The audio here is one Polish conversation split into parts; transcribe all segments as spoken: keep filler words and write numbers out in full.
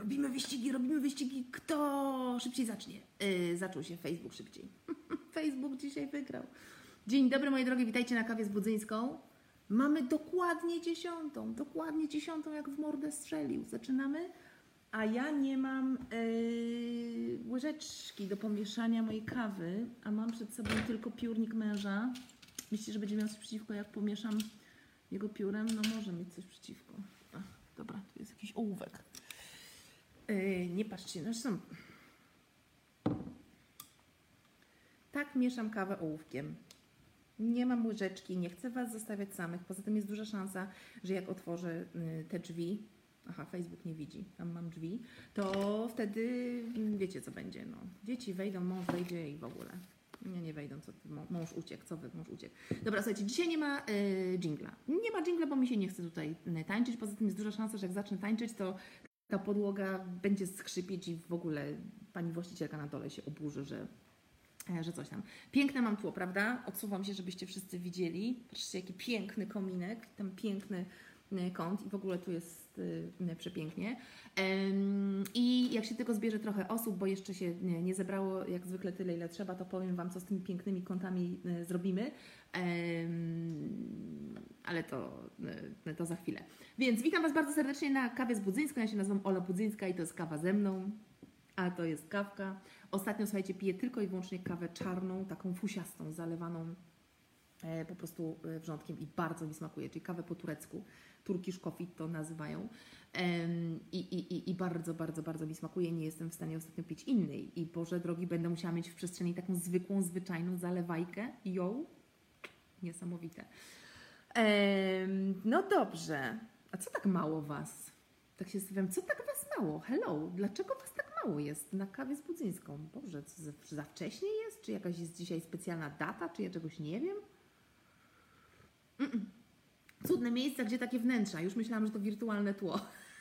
Robimy wyścigi, robimy wyścigi. Kto szybciej zacznie? Yy, zaczął się Facebook szybciej. Facebook dzisiaj wygrał. Dzień dobry, moje drogie, witajcie na kawie z Budzyńską. Mamy dokładnie dziesiątą, dokładnie dziesiątą, jak w mordę strzelił. Zaczynamy, a ja nie mam yy, łyżeczki do pomieszania mojej kawy, a mam przed sobą tylko piórnik męża. Myślicie, że będzie miał coś przeciwko, jak pomieszam jego piórem? No może mieć coś przeciwko. Ach, dobra, tu jest jakiś ołówek. Yy, nie patrzcie, zresztą tak mieszam kawę ołówkiem. Nie mam łyżeczki, nie chcę Was zostawiać samych. Poza tym jest duża szansa, że jak otworzę te drzwi, aha, Facebook nie widzi, tam mam drzwi, to wtedy wiecie, co będzie. No. Dzieci wejdą, mąż wejdzie i w ogóle. Nie, nie wejdą, co ty, mąż uciekł, co wy, mąż uciekł. Dobra, słuchajcie, dzisiaj nie ma y, dżingla. Nie ma dżingla, bo mi się nie chce tutaj tańczyć. Poza tym jest duża szansa, że jak zacznę tańczyć, to ta podłoga będzie skrzypieć i w ogóle pani właścicielka na dole się oburzy, że że coś tam. Piękne mam tło, prawda? Odsuwam się, żebyście wszyscy widzieli. Patrzcie, jaki piękny kominek, tam piękny kąt i w ogóle tu jest y, przepięknie. Ym, I jak się tylko zbierze trochę osób, bo jeszcze się nie, nie zebrało jak zwykle tyle, ile trzeba, to powiem Wam, co z tymi pięknymi kątami y, zrobimy. Ym, ale to, y, to za chwilę. Więc witam Was bardzo serdecznie na kawie z Budzyńską. Ja się nazywam Ola Budzyńska i to jest kawa ze mną. A to jest kawka. Ostatnio, słuchajcie, piję tylko i wyłącznie kawę czarną, taką fusiastą, zalewaną e, po prostu wrzątkiem i bardzo mi smakuje, czyli kawę po turecku. Turkish coffee to nazywają. E, i, i, I bardzo, bardzo, bardzo mi smakuje. Nie jestem w stanie ostatnio pić innej. I Boże drogi, będę musiała mieć w przestrzeni taką zwykłą, zwyczajną zalewajkę. Ją. Niesamowite. E, no dobrze. A co tak mało Was? Tak się zastanawiam, co tak Was mało? Hello, dlaczego Was tak mało jest na kawie z Budzyńską? Boże, co za, za wcześnie jest? Czy jakaś jest dzisiaj specjalna data? Czy ja czegoś nie wiem? Mm-mm. Cudne miejsca, gdzie takie wnętrza. Już myślałam, że to wirtualne tło.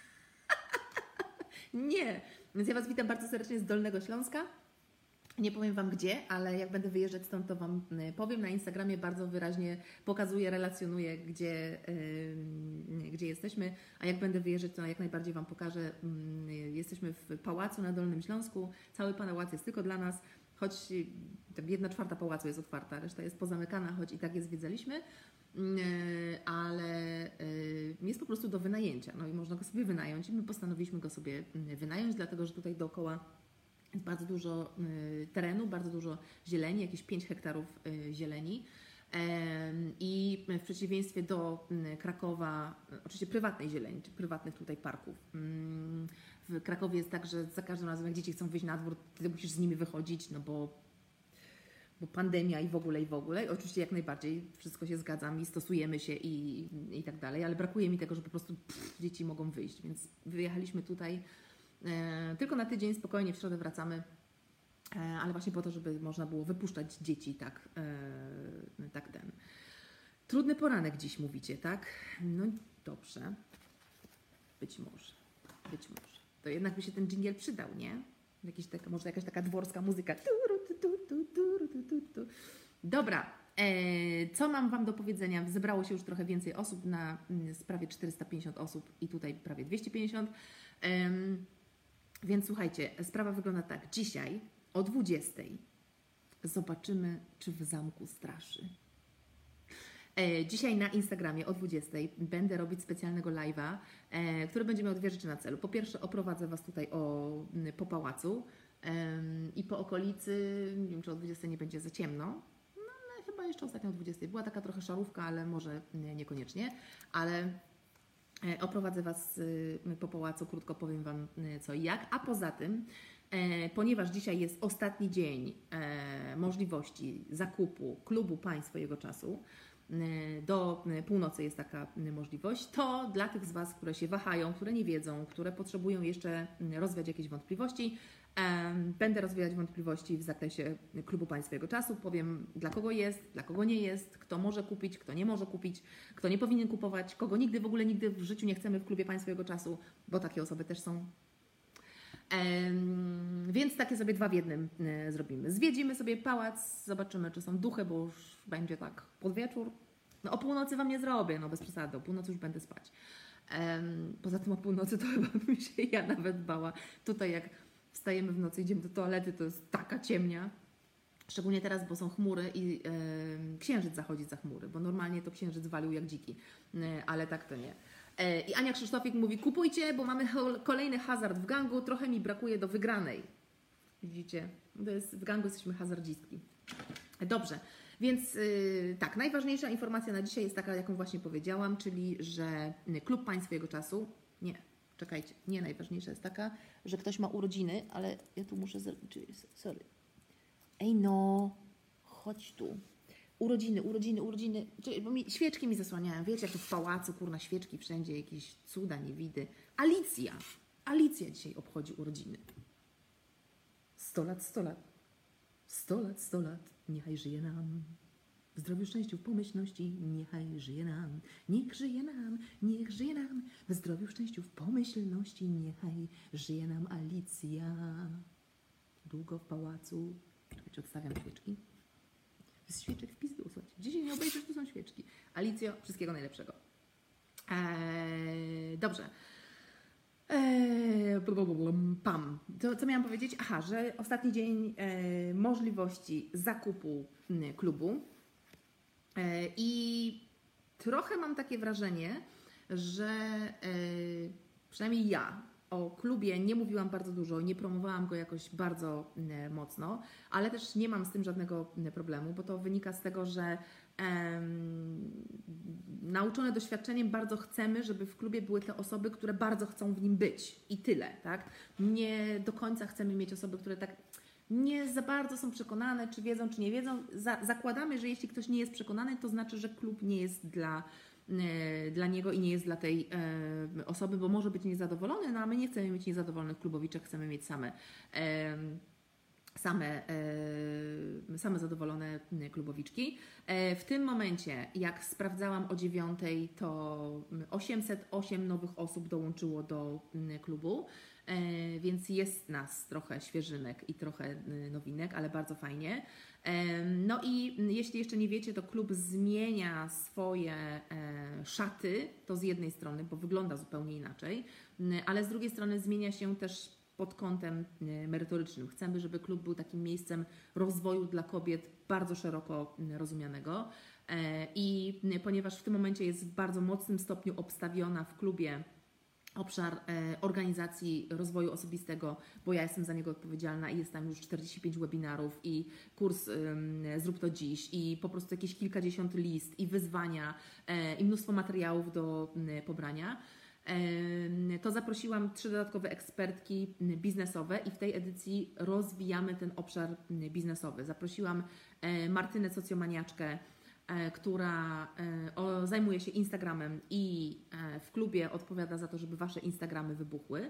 Nie. Więc ja Was witam bardzo serdecznie z Dolnego Śląska. Nie powiem Wam gdzie, ale jak będę wyjeżdżać stąd, to Wam powiem. Na Instagramie bardzo wyraźnie pokazuję, relacjonuję, gdzie, yy, gdzie jesteśmy. A jak będę wyjeżdżać, to jak najbardziej Wam pokażę. Yy, jesteśmy w pałacu na Dolnym Śląsku. Cały pałac jest tylko dla nas, choć jedna czwarta pałacu jest otwarta, reszta jest pozamykana, choć i tak je zwiedzaliśmy. Yy, ale yy, jest po prostu do wynajęcia. No i można go sobie wynająć. I my postanowiliśmy go sobie wynająć, dlatego że tutaj dookoła jest bardzo dużo y, terenu, bardzo dużo zieleni, jakieś pięć hektarów y, zieleni. I w przeciwieństwie do y, Krakowa, y, oczywiście prywatnej zieleni, czy prywatnych tutaj parków. Y, w Krakowie jest tak, że za każdym razem jak dzieci chcą wyjść na dwór, ty musisz z nimi wychodzić, no bo, bo pandemia i w ogóle, i w ogóle. Oczywiście jak najbardziej wszystko się zgadzam i stosujemy się i, i tak dalej, ale brakuje mi tego, że po prostu pff, dzieci mogą wyjść, więc wyjechaliśmy tutaj E, tylko na tydzień, spokojnie, w środę wracamy, e, ale właśnie po to, żeby można było wypuszczać dzieci tak, e, tak ten. Trudny poranek dziś mówicie, tak? No dobrze. Być może, być może. To jednak by się ten dżingiel przydał, nie? Jakiś taka, może jakaś taka dworska muzyka. Dobra, e, co mam Wam do powiedzenia? Zebrało się już trochę więcej osób, na z prawie czterysta pięćdziesiąt osób i tutaj prawie dwieście pięćdziesiąt. E, Więc słuchajcie, sprawa wygląda tak. Dzisiaj o dwudziestej zobaczymy, czy w zamku straszy. E, dzisiaj na Instagramie o dwudziestej będę robić specjalnego live'a, e, który będzie miał dwie rzeczy na celu. Po pierwsze, oprowadzę Was tutaj o, po pałacu e, i po okolicy. Nie wiem, czy o dwudziestej nie będzie za ciemno. No, ale chyba jeszcze ostatnio o dwudziestej. Była taka trochę szarówka, ale może nie, niekoniecznie. Ale oprowadzę Was po pałacu, krótko powiem Wam co i jak, a poza tym, ponieważ dzisiaj jest ostatni dzień możliwości zakupu klubu Pań swojego czasu, do północy jest taka możliwość, to dla tych z Was, które się wahają, które nie wiedzą, które potrzebują jeszcze rozwiać jakieś wątpliwości, będę rozwijać wątpliwości w zakresie klubu Pań swojego czasu. Powiem, dla kogo jest, dla kogo nie jest, kto może kupić, kto nie może kupić, kto nie powinien kupować, kogo nigdy, w ogóle nigdy w życiu nie chcemy w klubie Pań swojego czasu, bo takie osoby też są. Um, więc takie sobie dwa w jednym y, zrobimy. Zwiedzimy sobie pałac, zobaczymy, czy są duchy, bo już będzie tak pod wieczór. No o północy Wam nie zrobię, no bez przesady, o północy już będę spać. Um, poza tym o północy to chyba bym się ja nawet bała. Tutaj jak wstajemy w nocy, idziemy do toalety, to jest taka ciemnia. Szczególnie teraz, bo są chmury i e, księżyc zachodzi za chmury, bo normalnie to księżyc walił jak dziki, e, ale tak to nie. E, I Ania Krzysztofik mówi, kupujcie, bo mamy kolejny hazard w gangu, trochę mi brakuje do wygranej. Widzicie, to jest, w gangu jesteśmy hazardzistki. Dobrze, więc yy, tak, najważniejsza informacja na dzisiaj jest taka, jaką właśnie powiedziałam, czyli że Klub Państw Jego Czasu, nie, czekajcie, nie, najważniejsza jest taka, że ktoś ma urodziny, ale ja tu muszę, sorry, ej no, chodź tu. Urodziny, urodziny, urodziny, bo mi, świeczki mi zasłaniają, wiecie, jak to w pałacu, kurna, świeczki wszędzie, jakieś cuda, niewidy. Alicja, Alicja dzisiaj obchodzi urodziny. sto lat, sto lat, sto lat, sto lat, niechaj żyje nam. W zdrowiu, szczęściu, w pomyślności, niechaj żyje nam. Niech żyje nam, niech żyje nam. W zdrowiu, szczęściu, w pomyślności, niechaj żyje nam Alicja. Długo w pałacu. Czekajcie, odstawiam świeczki. Z świeczek w pizdu, słuchajcie. Gdzie się nie obejrzysz, tu są świeczki. Alicjo, wszystkiego najlepszego. Eee, dobrze. Eee, pam. To, co miałam powiedzieć? Aha, że ostatni dzień e, możliwości zakupu m, klubu e, i trochę mam takie wrażenie, że e, przynajmniej ja o klubie nie mówiłam bardzo dużo, nie promowałam go jakoś bardzo e, mocno, ale też nie mam z tym żadnego e, problemu, bo to wynika z tego, że Em, nauczone doświadczeniem bardzo chcemy, żeby w klubie były te osoby, które bardzo chcą w nim być i tyle, tak? Nie do końca chcemy mieć osoby, które tak nie za bardzo są przekonane, czy wiedzą, czy nie wiedzą. Za, zakładamy, że jeśli ktoś nie jest przekonany, to znaczy, że klub nie jest dla, e, dla niego i nie jest dla tej e, osoby, bo może być niezadowolony, no a my nie chcemy mieć niezadowolonych klubowiczek, chcemy mieć same e, Same, e, same zadowolone klubowiczki. E, w tym momencie, jak sprawdzałam o dziewiątej, to osiemset osiem nowych osób dołączyło do klubu, e, więc jest nas trochę świeżynek i trochę nowinek, ale bardzo fajnie. E, no i jeśli jeszcze nie wiecie, to klub zmienia swoje e, szaty, to z jednej strony, bo wygląda zupełnie inaczej, ale z drugiej strony zmienia się też pod kątem merytorycznym. Chcemy, żeby klub był takim miejscem rozwoju dla kobiet bardzo szeroko rozumianego i ponieważ w tym momencie jest w bardzo mocnym stopniu obstawiona w klubie obszar organizacji rozwoju osobistego, bo ja jestem za niego odpowiedzialna i jest tam już czterdzieści pięć webinarów i kurs Zrób to dziś i po prostu jakieś kilkadziesiąt list i wyzwania i mnóstwo materiałów do pobrania. To zaprosiłam trzy dodatkowe ekspertki biznesowe i w tej edycji rozwijamy ten obszar biznesowy. Zaprosiłam Martynę Socjomaniaczkę, która zajmuje się Instagramem i w klubie odpowiada za to, żeby Wasze Instagramy wybuchły.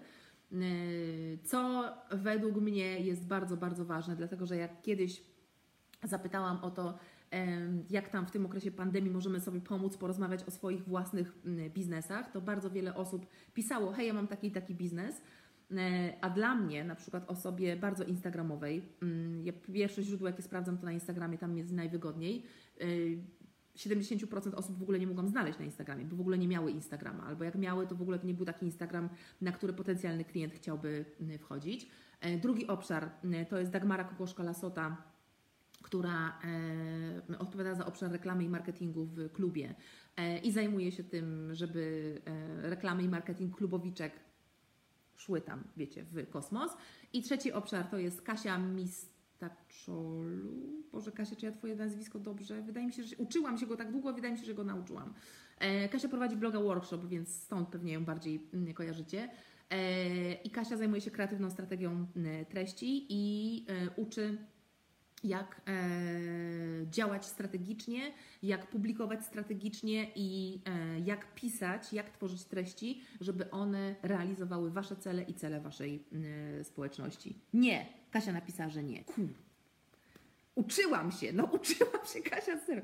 Co według mnie jest bardzo, bardzo ważne, dlatego że jak kiedyś zapytałam o to, jak tam w tym okresie pandemii możemy sobie pomóc, porozmawiać o swoich własnych biznesach, to bardzo wiele osób pisało, hej, ja mam taki taki biznes, a dla mnie, na przykład osobie bardzo instagramowej, ja pierwsze źródło, jakie sprawdzam, to na Instagramie, tam jest najwygodniej, siedemdziesiąt procent osób w ogóle nie mogłam znaleźć na Instagramie, bo w ogóle nie miały Instagrama, albo jak miały, to w ogóle to nie był taki Instagram, na który potencjalny klient chciałby wchodzić. Drugi obszar to jest Dagmara Kokoszka-Lasota, która e, odpowiada za obszar reklamy i marketingu w klubie e, i zajmuje się tym, żeby e, reklamy i marketing klubowiczek szły tam, wiecie, w kosmos. I trzeci obszar to jest Kasia Mistaczolu. Boże, Kasia, czy ja Twoje nazwisko dobrze? Wydaje mi się, że uczyłam się go tak długo, wydaje mi się, że go nauczyłam. E, Kasia prowadzi bloga Workshop, więc stąd pewnie ją bardziej m, kojarzycie. E, I Kasia zajmuje się kreatywną strategią m, treści i e, uczy jak e, działać strategicznie, jak publikować strategicznie i e, jak pisać, jak tworzyć treści, żeby one realizowały Wasze cele i cele Waszej e, społeczności. Nie! Kasia napisała, że nie. Kur. Uczyłam się, no uczyłam się, Kasia, serio.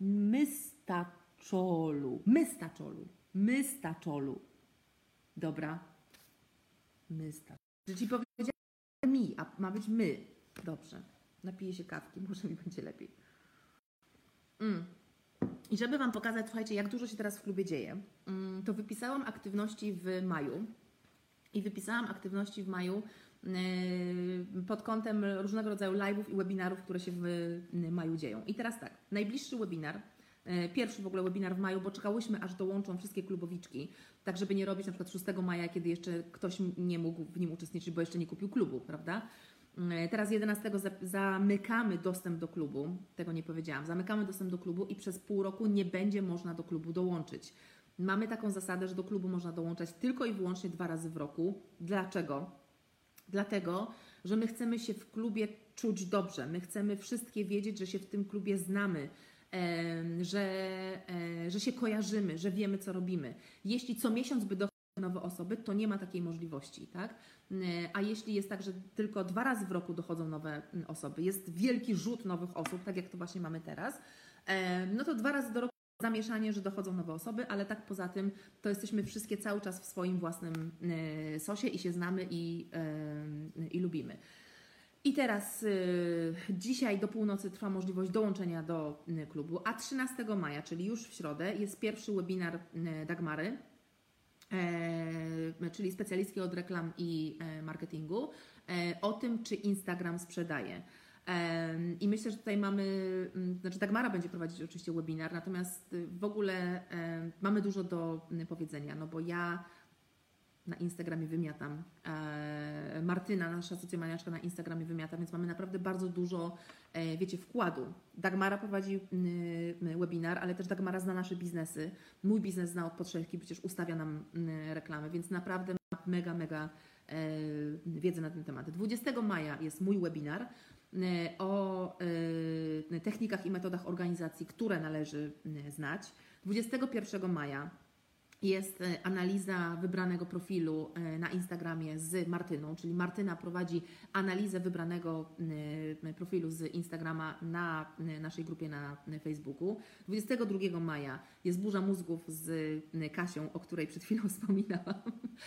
Mystaczolu. Mystaczolu. Mystaczolu. Dobra. Mystaczolu. Czyli powiedziałam mi, a ma być my. Dobrze. Napiję się kawki, może mi będzie lepiej. Mm. I żeby Wam pokazać, słuchajcie, jak dużo się teraz w klubie dzieje, to wypisałam aktywności w maju i wypisałam aktywności w maju pod kątem różnego rodzaju live'ów i webinarów, które się w maju dzieją. I teraz tak, najbliższy webinar, pierwszy w ogóle webinar w maju, bo czekałyśmy, aż dołączą wszystkie klubowiczki, tak żeby nie robić na przykład szóstego maja, kiedy jeszcze ktoś nie mógł w nim uczestniczyć, bo jeszcze nie kupił klubu, prawda? Teraz jedenastego zamykamy dostęp do klubu, tego nie powiedziałam, zamykamy dostęp do klubu i przez pół roku nie będzie można do klubu dołączyć. Mamy taką zasadę, że do klubu można dołączać tylko i wyłącznie dwa razy w roku. Dlaczego? Dlatego, że my chcemy się w klubie czuć dobrze, my chcemy wszystkie wiedzieć, że się w tym klubie znamy, e, że, e, że się kojarzymy, że wiemy, co robimy. Jeśli co miesiąc by dochodziły nowe osoby, to nie ma takiej możliwości, tak? E, a jeśli jest tak, że tylko dwa razy w roku dochodzą nowe osoby, jest wielki rzut nowych osób, tak jak to właśnie mamy teraz, e, no to dwa razy do roku zamieszanie, że dochodzą nowe osoby, ale tak poza tym to jesteśmy wszystkie cały czas w swoim własnym y, sosie i się znamy i, y, i lubimy. I teraz y, dzisiaj do północy trwa możliwość dołączenia do y, klubu, a trzynastego maja, czyli już w środę, jest pierwszy webinar y, Dagmary, y, czyli specjalistki od reklam i y, marketingu, y, o tym, czy Instagram sprzedaje. I myślę, że tutaj mamy, znaczy Dagmara będzie prowadzić oczywiście webinar, natomiast w ogóle mamy dużo do powiedzenia, no bo ja na Instagramie wymiatam, Martyna, nasza socjomaniaczka na Instagramie wymiata, więc mamy naprawdę bardzo dużo, wiecie, wkładu. Dagmara prowadzi webinar, ale też Dagmara zna nasze biznesy. Mój biznes zna od podszewki, przecież ustawia nam reklamy, więc naprawdę ma mega, mega wiedzę na ten temat. dwudziestego maja jest mój webinar o technikach i metodach organizacji, które należy znać. dwudziestego pierwszego maja jest analiza wybranego profilu na Instagramie z Martyną, czyli Martyna prowadzi analizę wybranego profilu z Instagrama na naszej grupie na Facebooku. dwudziestego drugiego maja jest burza mózgów z Kasią, o której przed chwilą wspominałam.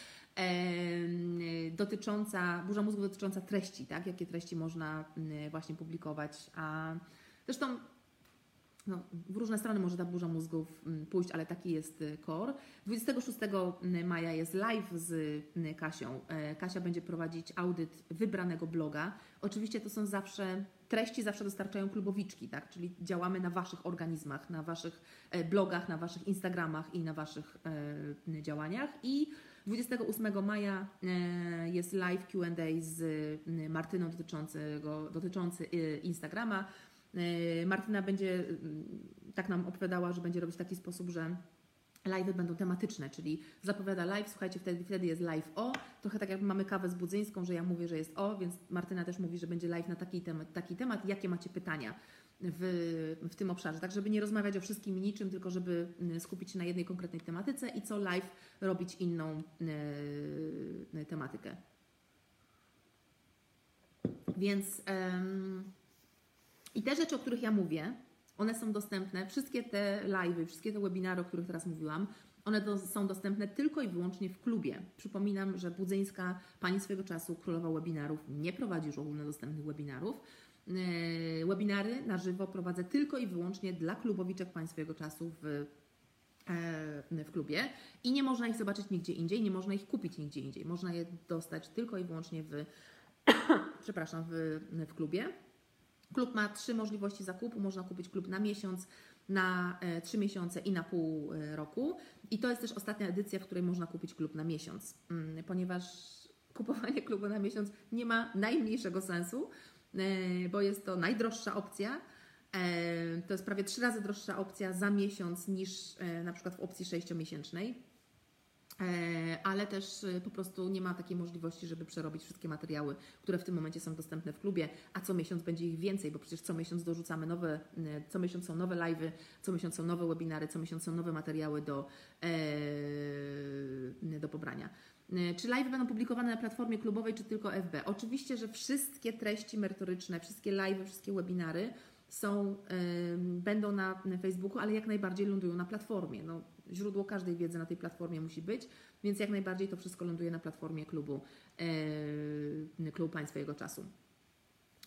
Dotycząca, burza mózgów dotycząca treści, tak? Jakie treści można właśnie publikować, a zresztą no, w różne strony może ta burza mózgów pójść, ale taki jest core. dwudziestego szóstego maja jest live z Kasią. Kasia będzie prowadzić audyt wybranego bloga. Oczywiście to są zawsze, treści zawsze dostarczają klubowiczki, tak? Czyli działamy na Waszych organizmach, na Waszych blogach, na Waszych Instagramach i na Waszych działaniach. I dwudziestego ósmego maja jest live Q and A z Martyną dotyczącego, dotyczący Instagrama. Martyna będzie, tak nam opowiadała, że będzie robić w taki sposób, że live'y będą tematyczne, czyli zapowiada live, słuchajcie, wtedy, wtedy jest live o, trochę tak jak mamy kawę z Budzyńską, że ja mówię, że jest o, więc Martyna też mówi, że będzie live na taki temat, taki temat. Jakie macie pytania w, w tym obszarze, tak żeby nie rozmawiać o wszystkim i niczym, tylko żeby skupić się na jednej konkretnej tematyce i co live robić inną e, tematykę. Więc um, i te rzeczy, o których ja mówię, one są dostępne, wszystkie te live'y, wszystkie te webinary, o których teraz mówiłam, one do, są dostępne tylko i wyłącznie w klubie. Przypominam, że Budzyńska, pani swego czasu, królowa webinarów, nie prowadzi już ogólnodostępnych webinarów. Yy, webinary na żywo prowadzę tylko i wyłącznie dla klubowiczek pani swego czasu w, yy, w klubie i nie można ich zobaczyć nigdzie indziej, nie można ich kupić nigdzie indziej. Można je dostać tylko i wyłącznie w, przepraszam, w, w klubie. Klub ma trzy możliwości zakupu. Można kupić klub na miesiąc, na e, trzy miesiące i na pół e, roku. I to jest też ostatnia edycja, w której można kupić klub na miesiąc, mm, ponieważ kupowanie klubu na miesiąc nie ma najmniejszego sensu, e, bo jest to najdroższa opcja. E, to jest prawie trzy razy droższa opcja za miesiąc niż e, na przykład w opcji sześciomiesięcznej. Ale też po prostu nie ma takiej możliwości, żeby przerobić wszystkie materiały, które w tym momencie są dostępne w klubie, a co miesiąc będzie ich więcej, bo przecież co miesiąc dorzucamy nowe, co miesiąc są nowe live'y, co miesiąc są nowe webinary, co miesiąc są nowe materiały do, do pobrania. Czy live będą publikowane na platformie klubowej, czy tylko F B? Oczywiście, że wszystkie treści merytoryczne, wszystkie live'y, wszystkie webinary są, y, będą na Facebooku, ale jak najbardziej lądują na platformie. No, źródło każdej wiedzy na tej platformie musi być, więc jak najbardziej to wszystko ląduje na platformie klubu, y, klubu Państwa Jego Czasu.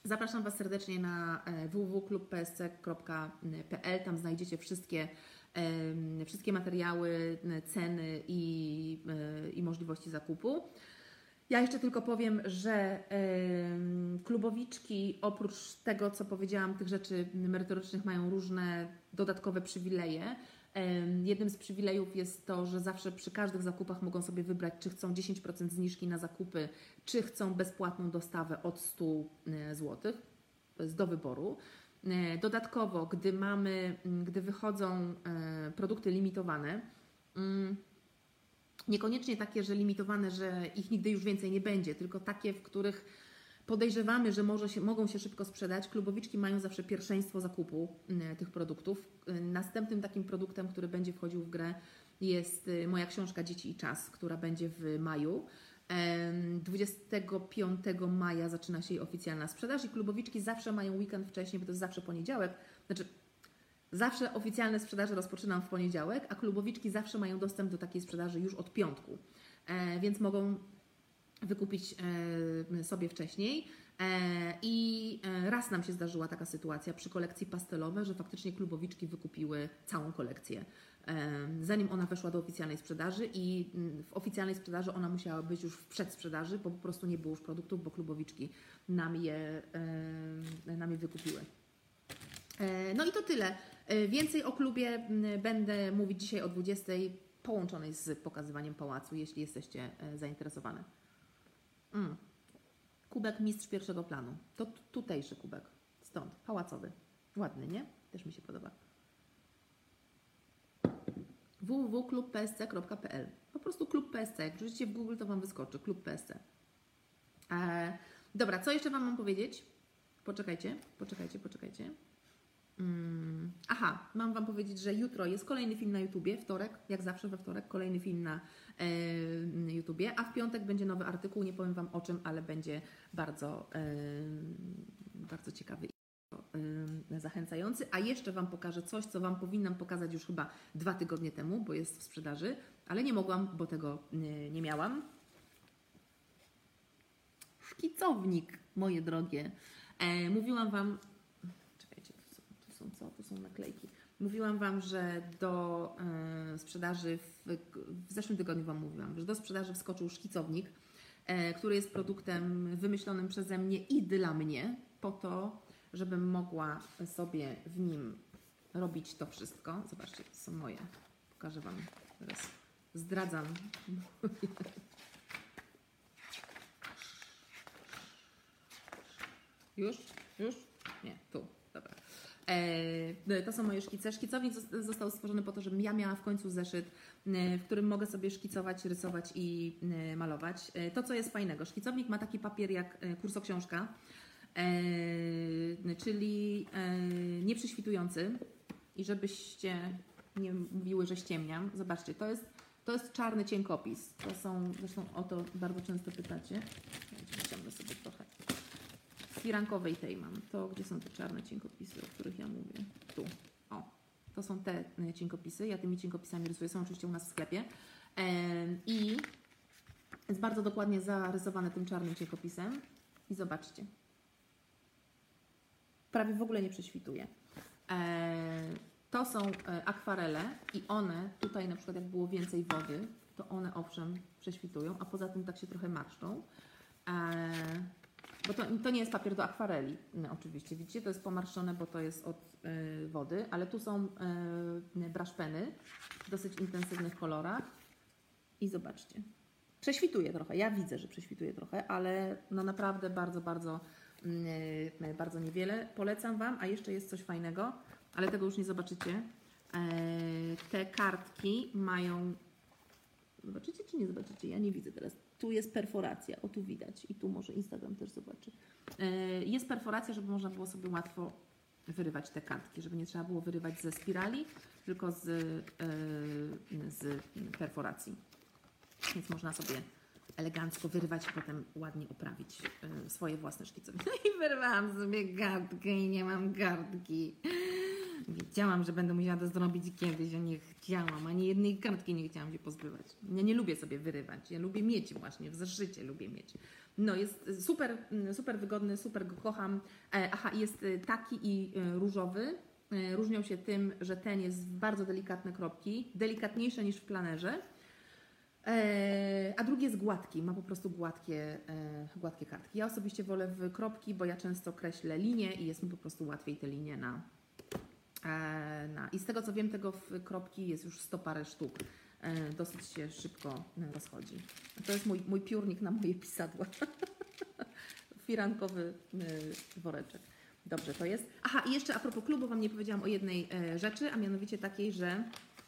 Zapraszam Was serdecznie na w w w kropka klub p s c kropka p l. Tam znajdziecie wszystkie, wszystkie materiały, ceny i, i możliwości zakupu. Ja jeszcze tylko powiem, że klubowiczki oprócz tego, co powiedziałam, tych rzeczy merytorycznych mają różne dodatkowe przywileje. Jednym z przywilejów jest to, że zawsze przy każdych zakupach mogą sobie wybrać, czy chcą dziesięć procent zniżki na zakupy, czy chcą bezpłatną dostawę od stu złotych. To jest do wyboru. Dodatkowo, gdy mamy, gdy wychodzą produkty limitowane, niekoniecznie takie, że limitowane, że ich nigdy już więcej nie będzie, tylko takie, w których podejrzewamy, że może się, mogą się szybko sprzedać, klubowiczki mają zawsze pierwszeństwo zakupu tych produktów. Następnym takim produktem, który będzie wchodził w grę, jest moja książka Dzieci i czas, która będzie w maju. dwudziestego piątego maja zaczyna się jej oficjalna sprzedaż i klubowiczki zawsze mają weekend wcześniej, bo to jest zawsze poniedziałek. Znaczy, zawsze oficjalne sprzedaże rozpoczynam w poniedziałek, a klubowiczki zawsze mają dostęp do takiej sprzedaży już od piątku, więc mogą wykupić sobie wcześniej. I raz nam się zdarzyła taka sytuacja przy kolekcji pastelowej, że faktycznie klubowiczki wykupiły całą kolekcję, zanim ona weszła do oficjalnej sprzedaży i w oficjalnej sprzedaży ona musiała być już w przedsprzedaży, bo po prostu nie było już produktów, bo klubowiczki nam je, nam je wykupiły. No i to tyle. Więcej o klubie będę mówić dzisiaj o dwudziestej, połączonej z pokazywaniem pałacu, jeśli jesteście zainteresowane. Mm. Kubek mistrz pierwszego planu. To tutejszy kubek. Stąd. Pałacowy. Ładny, nie? Też mi się podoba. w w w kropka klub p s c kropka p l. Po prostu klub P S C. Jak wrzucicie w Google, to Wam wyskoczy. Klub P S C. Eee, dobra, co jeszcze Wam mam powiedzieć? Poczekajcie, poczekajcie, poczekajcie. Hmm. Aha, mam Wam powiedzieć, że jutro jest kolejny film na YouTubie, wtorek, jak zawsze we wtorek, kolejny film na e, YouTubie, a w piątek będzie nowy artykuł, nie powiem Wam o czym, ale będzie bardzo, e, bardzo ciekawy i e, zachęcający. A jeszcze Wam pokażę coś, co Wam powinnam pokazać już chyba dwa tygodnie temu, bo jest w sprzedaży, ale nie mogłam, bo tego nie, nie miałam. Szkicownik, moje drogie. E, mówiłam Wam... Są co? To są naklejki. Mówiłam Wam, że do y, sprzedaży, w, w zeszłym tygodniu Wam mówiłam, że do sprzedaży wskoczył szkicownik, y, który jest produktem wymyślonym przeze mnie i dla mnie, po to, żebym mogła sobie w nim robić to wszystko. Zobaczcie, to są moje. Pokażę Wam teraz. Zdradzam. Już? Już? Nie, tu. Dobra. To są moje szkice. Szkicownik został stworzony po to, żebym ja miała w końcu zeszyt, w którym mogę sobie szkicować, rysować i malować. To, co jest fajnego, szkicownik ma taki papier jak kursoksiążka, czyli nieprześwitujący i żebyście nie mówiły, że ściemniam. Zobaczcie, to jest, to jest czarny cienkopis. To są, zresztą o to bardzo często pytacie. Ściągnę sobie trochę. Firankowej tej mam. To gdzie są te czarne cienkopisy, o których ja mówię? Tu. O, to są te cienkopisy. Ja tymi cienkopisami rysuję. Są oczywiście u nas w sklepie. I jest bardzo dokładnie zarysowane tym czarnym cienkopisem. I zobaczcie. Prawie w ogóle nie prześwituje. To są akwarele i one, tutaj na przykład jak było więcej wody, to one owszem prześwitują, a poza tym tak się trochę marszczą. Bo to, to nie jest papier do akwareli, no, oczywiście. Widzicie, to jest pomarszczone, bo to jest od y, wody, ale tu są y, brush peny w dosyć intensywnych kolorach. I zobaczcie. Prześwituje trochę. Ja widzę, że prześwituje trochę, ale no naprawdę bardzo, bardzo, y, bardzo niewiele. Polecam Wam, a jeszcze jest coś fajnego, ale tego już nie zobaczycie. Y, te kartki mają... Zobaczycie czy nie zobaczycie? Ja nie widzę teraz. Tu jest perforacja, o tu widać i tu może Instagram też zobaczy. Jest perforacja, żeby można było sobie łatwo wyrywać te kartki, żeby nie trzeba było wyrywać ze spirali, tylko z, z perforacji. Więc można sobie elegancko wyrywać i potem ładnie oprawić swoje własne szkice. No i wyrwałam sobie kartkę i nie mam kartki. Wiedziałam, że będę musiała to zrobić kiedyś, a nie chciałam. Ani jednej kartki nie chciałam się pozbywać. Ja nie lubię sobie wyrywać. Ja lubię mieć właśnie, w zeszycie lubię mieć. No jest super, super wygodny, super go kocham. Aha, jest taki i różowy. Różnią się tym, że ten jest w bardzo delikatne kropki, delikatniejsze niż w planerze. A drugi jest gładki, ma po prostu gładkie, gładkie kartki. Ja osobiście wolę w kropki, bo ja często kreślę linie i jest mi po prostu łatwiej te linie na, na... I z tego co wiem, tego w kropki jest już sto parę sztuk. Dosyć się szybko rozchodzi. To jest mój, mój piórnik na moje pisadła. Firankowy woreczek. Dobrze, to jest. Aha, i jeszcze a propos klubu Wam nie powiedziałam o jednej rzeczy, a mianowicie takiej, że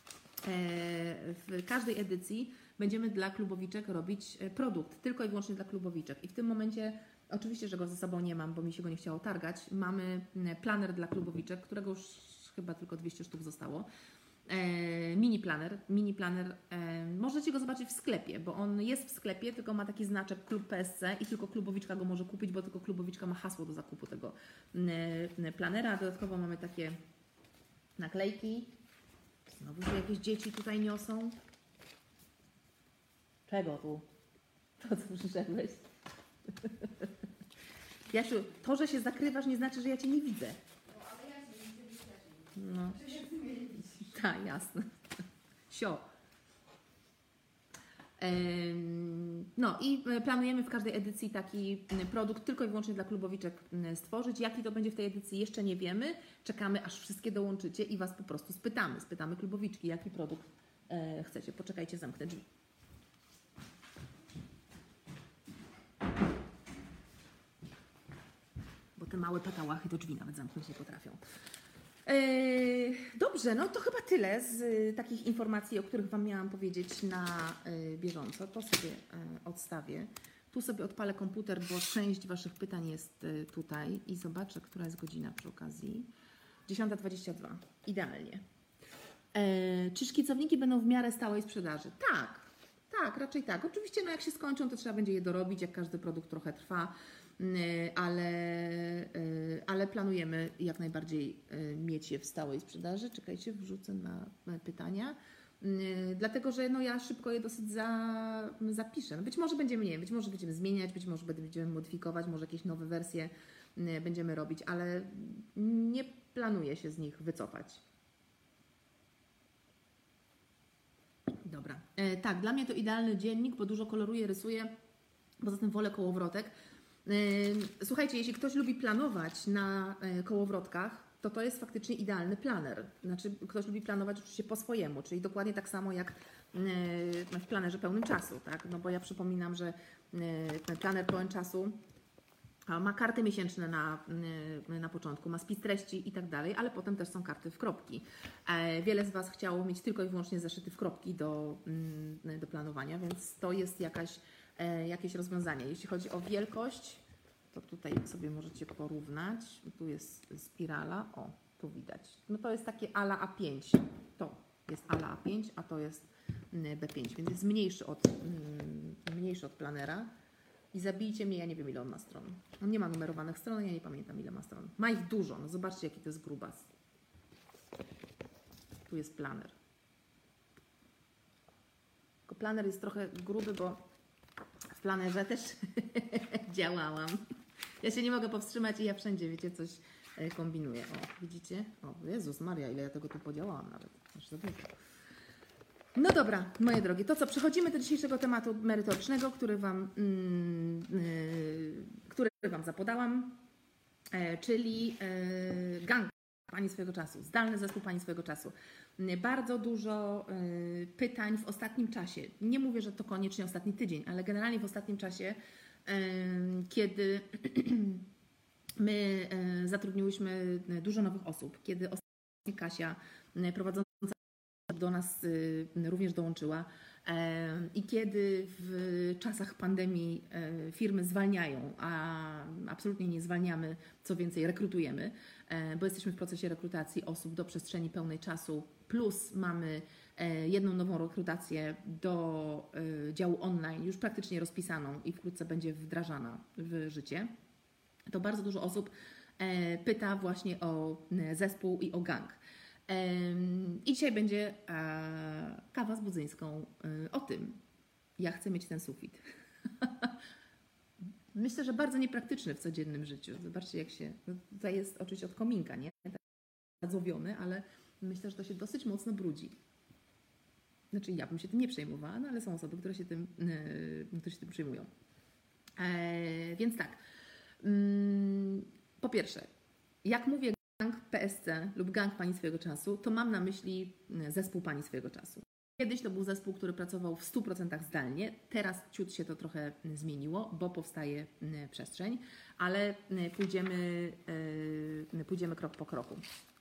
w każdej edycji będziemy dla klubowiczek robić produkt, tylko i wyłącznie dla klubowiczek. I w tym momencie, oczywiście, że go ze sobą nie mam, bo mi się go nie chciało targać, mamy planer dla klubowiczek, którego już chyba tylko dwieście sztuk zostało. Mini planer, mini planer, możecie go zobaczyć w sklepie, bo on jest w sklepie, tylko ma taki znaczek klub P S C i tylko klubowiczka go może kupić, bo tylko klubowiczka ma hasło do zakupu tego planera. Dodatkowo mamy takie naklejki. Znowu się jakieś dzieci tutaj niosą. Czego tu? To co przyszedłeś? Jasiu, to, że się zakrywasz, nie znaczy, że ja Cię nie widzę. No, ale ja Cię nie widzę wcześniej. No. Tak, jasne. Sio. No i planujemy w każdej edycji taki produkt tylko i wyłącznie dla klubowiczek stworzyć. Jaki to będzie w tej edycji jeszcze nie wiemy. Czekamy, aż wszystkie dołączycie i Was po prostu spytamy. Spytamy klubowiczki, jaki produkt chcecie. Poczekajcie, zamknę drzwi. Bo te małe patałachy do drzwi nawet zamknąć nie potrafią. Dobrze, no to chyba tyle z takich informacji, o których Wam miałam powiedzieć na bieżąco. To sobie odstawię. Tu sobie odpalę komputer, bo część Waszych pytań jest tutaj i zobaczę, która jest godzina przy okazji. dziesiąta dwadzieścia dwa. Idealnie. Czy szkicowniki będą w miarę stałej sprzedaży? Tak, tak, raczej tak. Oczywiście, no jak się skończą, to trzeba będzie je dorobić, jak każdy produkt trochę trwa. Ale, ale planujemy jak najbardziej mieć je w stałej sprzedaży. Czekajcie, wrzucę na pytania. Dlatego, że no ja szybko je dosyć za, zapiszę. No być może będziemy, nie wiem, być może będziemy zmieniać, być może będziemy modyfikować, może jakieś nowe wersje będziemy robić, ale nie planuję się z nich wycofać. Dobra. Tak, dla mnie to idealny dziennik, bo dużo koloruję, rysuję. Poza tym wolę kołowrotek. Słuchajcie, jeśli ktoś lubi planować na kołowrotkach, to to jest faktycznie idealny planer. Znaczy, ktoś lubi planować oczywiście po swojemu, czyli dokładnie tak samo jak w planerze pełnym czasu, tak? No bo ja przypominam, że planer pełen czasu ma karty miesięczne na, na początku, ma spis treści i tak dalej, ale potem też są karty w kropki. Wiele z Was chciało mieć tylko i wyłącznie zeszyty w kropki do, do planowania, więc to jest jakaś jakieś rozwiązanie. Jeśli chodzi o wielkość, to tutaj sobie możecie porównać. Tu jest spirala, o, tu widać. No to jest takie ala A pięć. To jest ala A pięć, a to jest B pięć, więc jest mniejszy od, mniejszy od planera. I zabijcie mnie, ja nie wiem ile on ma stron. On nie ma numerowanych stron, ja nie pamiętam ile ma stron. Ma ich dużo, no zobaczcie jaki to jest grubas. Tu jest planer. Tylko planer jest trochę gruby, bo w planerze też działałam. Ja się nie mogę powstrzymać i ja wszędzie, wiecie, coś kombinuję. O, widzicie? O, Jezus Maria, ile ja tego tu podziałałam nawet. Aż za dużo. No dobra, moje drogie, to co? Przechodzimy do dzisiejszego tematu merytorycznego, który Wam, mm, yy, który wam zapodałam, e, czyli e, gang Pani swojego czasu, zdalny zespół Pani swojego czasu. Bardzo dużo y, pytań w ostatnim czasie. Nie mówię, że to koniecznie ostatni tydzień, ale generalnie w ostatnim czasie, y, kiedy my y, zatrudniłyśmy dużo nowych osób, kiedy ostatnio Kasia y, prowadząca do nas y, również dołączyła y, i kiedy w czasach pandemii y, firmy zwalniają, a absolutnie nie zwalniamy, co więcej rekrutujemy, bo jesteśmy w procesie rekrutacji osób do przestrzeni pełnej czasu, plus mamy jedną nową rekrutację do działu online, już praktycznie rozpisaną i wkrótce będzie wdrażana w życie. To bardzo dużo osób e, pyta właśnie o e, zespół i o gang. E, I dzisiaj będzie e, kawa z Budzyńską e, o tym, ja chcę mieć ten sufit. Myślę, że bardzo niepraktyczny w codziennym życiu. Zobaczcie, jak się... Tutaj jest oczywiście od kominka, nie? Zadzowiony, ale myślę, że to się dosyć mocno brudzi. Znaczy, ja bym się tym nie przejmowała, no ale są osoby, które się tym, yy, które się tym przejmują. Eee, więc tak. Ym, po pierwsze, jak mówię gang P S C lub gang Pani Swojego Czasu, to mam na myśli zespół Pani Swojego Czasu. Kiedyś to był zespół, który pracował w stu procentach zdalnie. Teraz ciut się to trochę zmieniło, bo powstaje przestrzeń, ale pójdziemy, pójdziemy krok po kroku.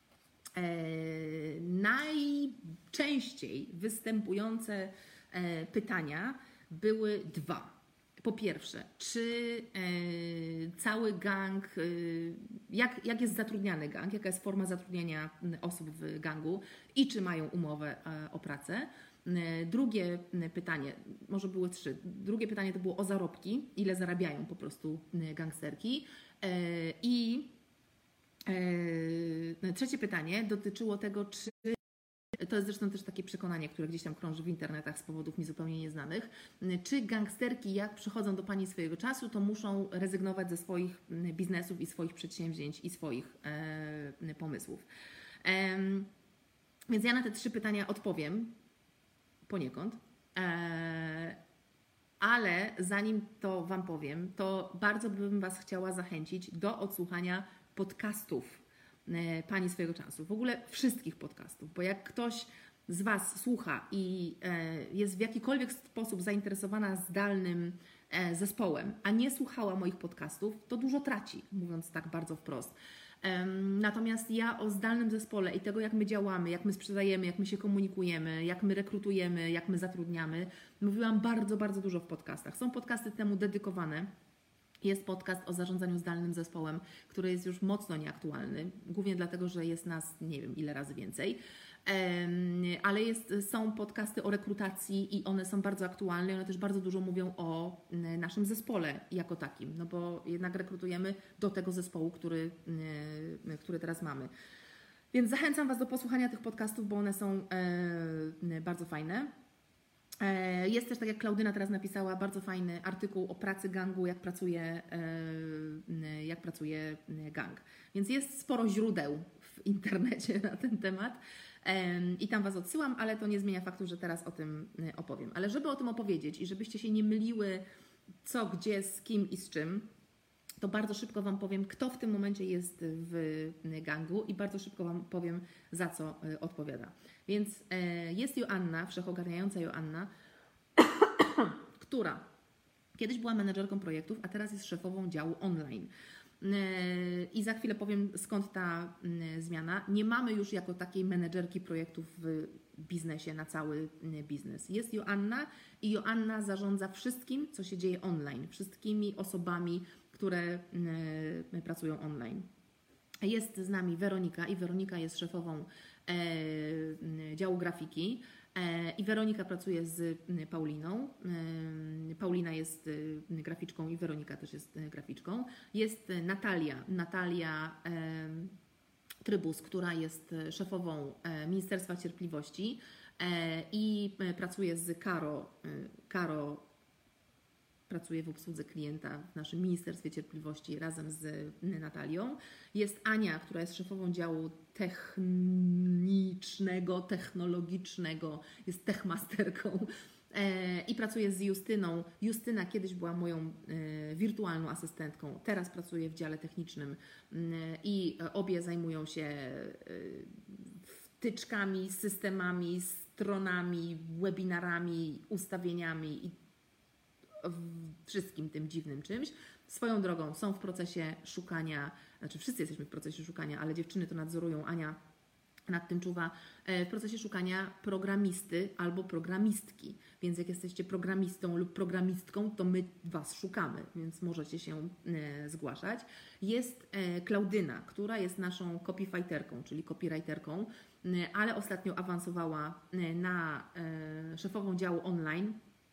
Najczęściej występujące pytania były dwa. Po pierwsze, czy cały gang, jak, jak jest zatrudniany gang, jaka jest forma zatrudniania osób w gangu i czy mają umowę o pracę. Drugie pytanie, może były trzy. Drugie pytanie to było o zarobki, ile zarabiają po prostu gangsterki. I trzecie pytanie dotyczyło tego, czy to jest zresztą też takie przekonanie, które gdzieś tam krąży w internetach z powodów mi zupełnie nieznanych. Czy gangsterki, jak przychodzą do Pani Swojego Czasu, to muszą rezygnować ze swoich biznesów i swoich przedsięwzięć i swoich e, pomysłów? E, więc ja na te trzy pytania odpowiem poniekąd. E, ale zanim to Wam powiem, to bardzo bym Was chciała zachęcić do odsłuchania podcastów Pani Swojego Czasu. W ogóle wszystkich podcastów, bo jak ktoś z Was słucha i jest w jakikolwiek sposób zainteresowana zdalnym zespołem, a nie słuchała moich podcastów, to dużo traci, mówiąc tak bardzo wprost. Natomiast ja o zdalnym zespole i tego, jak my działamy, jak my sprzedajemy, jak my się komunikujemy, jak my rekrutujemy, jak my zatrudniamy, mówiłam bardzo, bardzo dużo w podcastach. Są podcasty temu dedykowane. Jest podcast o zarządzaniu zdalnym zespołem, który jest już mocno nieaktualny, głównie dlatego, że jest nas nie wiem ile razy więcej, ale jest, są podcasty o rekrutacji i one są bardzo aktualne, one też bardzo dużo mówią o naszym zespole jako takim, no bo jednak rekrutujemy do tego zespołu, który, który teraz mamy. Więc zachęcam Was do posłuchania tych podcastów, bo one są bardzo fajne. Jest też, tak jak Klaudyna teraz napisała, bardzo fajny artykuł o pracy gangu, jak pracuje, jak pracuje gang. Więc jest sporo źródeł w internecie na ten temat i tam Was odsyłam, ale to nie zmienia faktu, że teraz o tym opowiem. Ale żeby o tym opowiedzieć i żebyście się nie myliły co, gdzie, z kim i z czym, to bardzo szybko Wam powiem, kto w tym momencie jest w gangu i bardzo szybko Wam powiem, za co odpowiada. Więc jest Joanna, wszechogarniająca Joanna, która kiedyś była menedżerką projektów, a teraz jest szefową działu online. I za chwilę powiem, skąd ta zmiana. Nie mamy już jako takiej menedżerki projektów w biznesie na cały biznes. Jest Joanna i Joanna zarządza wszystkim, co się dzieje online, wszystkimi osobami, które pracują online. Jest z nami Weronika i Weronika jest szefową działu grafiki. I Weronika pracuje z Pauliną. Paulina jest graficzką i Weronika też jest graficzką. Jest Natalia, Natalia Trybus, która jest szefową Ministerstwa Cierpliwości i pracuje z Karo. Karo pracuje w obsłudze klienta w naszym Ministerstwie Cierpliwości razem z Natalią. Jest Ania, która jest szefową działu technicznego, technologicznego, jest techmasterką e, i pracuje z Justyną. Justyna kiedyś była moją e, wirtualną asystentką, teraz pracuje w dziale technicznym e, i obie zajmują się e, wtyczkami, systemami, stronami, webinarami, ustawieniami i wszystkim tym dziwnym czymś. Swoją drogą są w procesie szukania, znaczy wszyscy jesteśmy w procesie szukania, ale dziewczyny to nadzorują, Ania nad tym czuwa, w procesie szukania programisty albo programistki. Więc jak jesteście programistą lub programistką, to my Was szukamy, więc możecie się zgłaszać. Jest Klaudyna, która jest naszą copywriterką, czyli copywriterką, ale ostatnio awansowała na szefową działu online.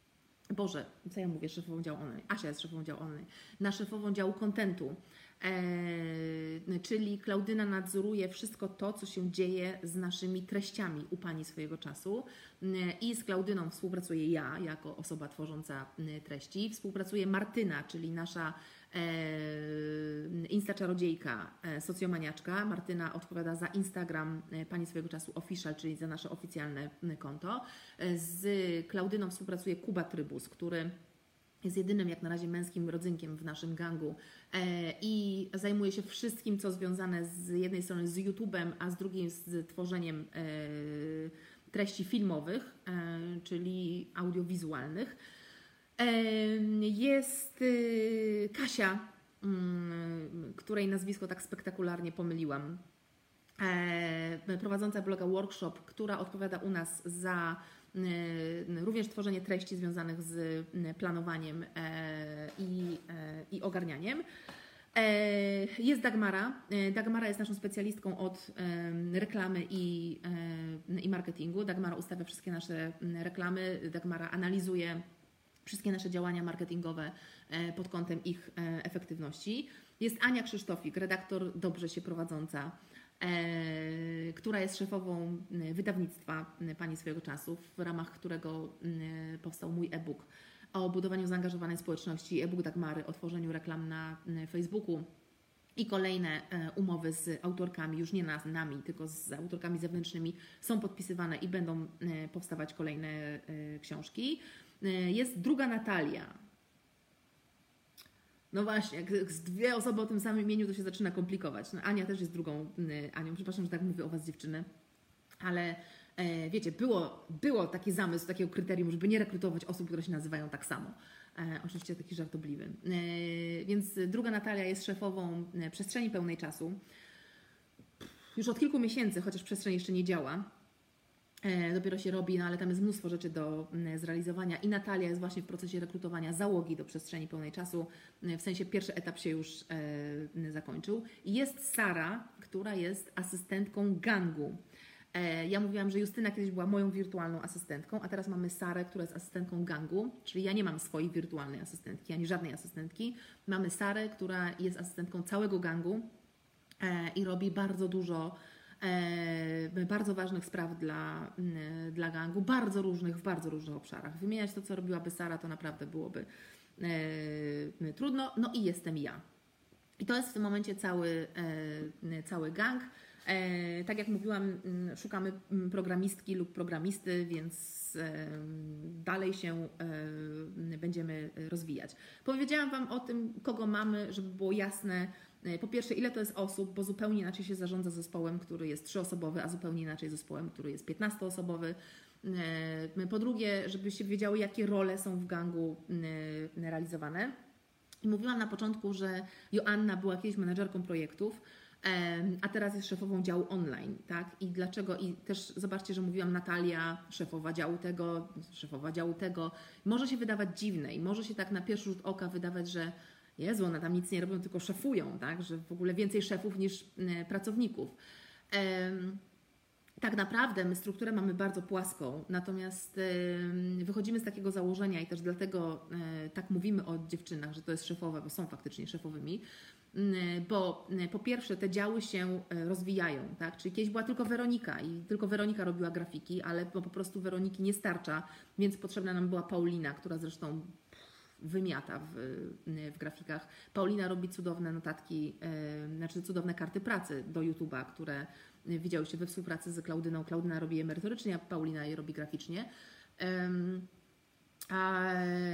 Boże, co ja mówię, szefową działu online. Asia jest szefową działu online. Na szefową działu kontentu. Eee, czyli Klaudyna nadzoruje wszystko to, co się dzieje z naszymi treściami u Pani swojego czasu. Eee, I z Klaudyną współpracuję ja, jako osoba tworząca e, treści. Współpracuje Martyna, czyli nasza e, Insta-czarodziejka, e, socjomaniaczka. Martyna odpowiada za Instagram e, Pani swojego czasu official, czyli za nasze oficjalne e, konto. E, z Klaudyną współpracuje Kuba Trybus, który jest jedynym jak na razie męskim rodzynkiem w naszym gangu e, i zajmuje się wszystkim, co związane z jednej strony z YouTube'em, a z drugiej z tworzeniem e, treści filmowych, e, czyli audiowizualnych. E, jest e, Kasia, m, której nazwisko tak spektakularnie pomyliłam, e, prowadząca bloga Workshop, która odpowiada u nas za również tworzenie treści związanych z planowaniem i, i ogarnianiem. Jest Dagmara. Dagmara jest naszą specjalistką od reklamy i, i marketingu. Dagmara ustawia wszystkie nasze reklamy. Dagmara analizuje wszystkie nasze działania marketingowe pod kątem ich efektywności. Jest Ania Krzysztofik, redaktor dobrze się prowadząca, E, która jest szefową wydawnictwa Pani swojego czasu, w ramach którego e, powstał mój e-book o budowaniu zaangażowanej społeczności, e-book Dagmary o tworzeniu reklam na Facebooku i kolejne e, umowy z autorkami, już nie z nami, tylko z autorkami zewnętrznymi są podpisywane i będą e, powstawać kolejne e, książki. E, jest druga Natalia. No właśnie, jak z dwie osoby o tym samym imieniu, to się zaczyna komplikować. No, Ania też jest drugą y, Anią. Przepraszam, że tak mówię o Was, dziewczyny. Ale e, wiecie, było, było taki zamysł, takiego kryterium, żeby nie rekrutować osób, które się nazywają tak samo. E, oczywiście taki żartobliwy. E, więc druga Natalia jest szefową Przestrzeni Pełnej Czasu. Już od kilku miesięcy, chociaż przestrzeń jeszcze nie działa. Dopiero się robi, no ale tam jest mnóstwo rzeczy do zrealizowania i Natalia jest właśnie w procesie rekrutowania załogi do Przestrzeni Pełnej Czasu, w sensie pierwszy etap się już e, zakończył. I jest Sara, która jest asystentką gangu. E, ja mówiłam, że Justyna kiedyś była moją wirtualną asystentką, a teraz mamy Sarę, która jest asystentką gangu, czyli ja nie mam swojej wirtualnej asystentki, ani żadnej asystentki. Mamy Sarę, która jest asystentką całego gangu e, i robi bardzo dużo E, bardzo ważnych spraw dla, dla gangu, bardzo różnych, w bardzo różnych obszarach. Wymieniać to, co robiłaby Sara, to naprawdę byłoby e, trudno. No i jestem ja. I to jest w tym momencie cały, e, cały gang. E, tak jak mówiłam, szukamy programistki lub programisty, więc e, dalej się e, będziemy rozwijać. Powiedziałam Wam o tym, kogo mamy, żeby było jasne. Po pierwsze, ile to jest osób, bo zupełnie inaczej się zarządza zespołem, który jest trzyosobowy, a zupełnie inaczej zespołem, który jest piętnastoosobowy. Po drugie, żebyście wiedziały, jakie role są w gangu realizowane. I mówiłam na początku, że Joanna była kiedyś menedżerką projektów, a teraz jest szefową działu online, tak? I dlaczego? I też zobaczcie, że mówiłam Natalia, szefowa działu tego, szefowa działu tego. Może się wydawać dziwne i może się tak na pierwszy rzut oka wydawać, że Jezu, one tam nic nie robią, tylko szefują, tak? Że w ogóle więcej szefów niż e, pracowników. E, tak naprawdę my strukturę mamy bardzo płaską, natomiast e, wychodzimy z takiego założenia i też dlatego e, tak mówimy o dziewczynach, że to jest szefowe, bo są faktycznie szefowymi, e, bo e, po pierwsze te działy się e, rozwijają, tak? Czyli kiedyś była tylko Weronika i tylko Weronika robiła grafiki, ale po prostu Weroniki nie starcza, więc potrzebna nam była Paulina, która zresztą wymiata w, w grafikach. Paulina robi cudowne notatki, e, znaczy cudowne karty pracy do YouTube'a, które widziałyście we współpracy z Klaudyną. Klaudyna robi je merytorycznie, a Paulina je robi graficznie. E, a,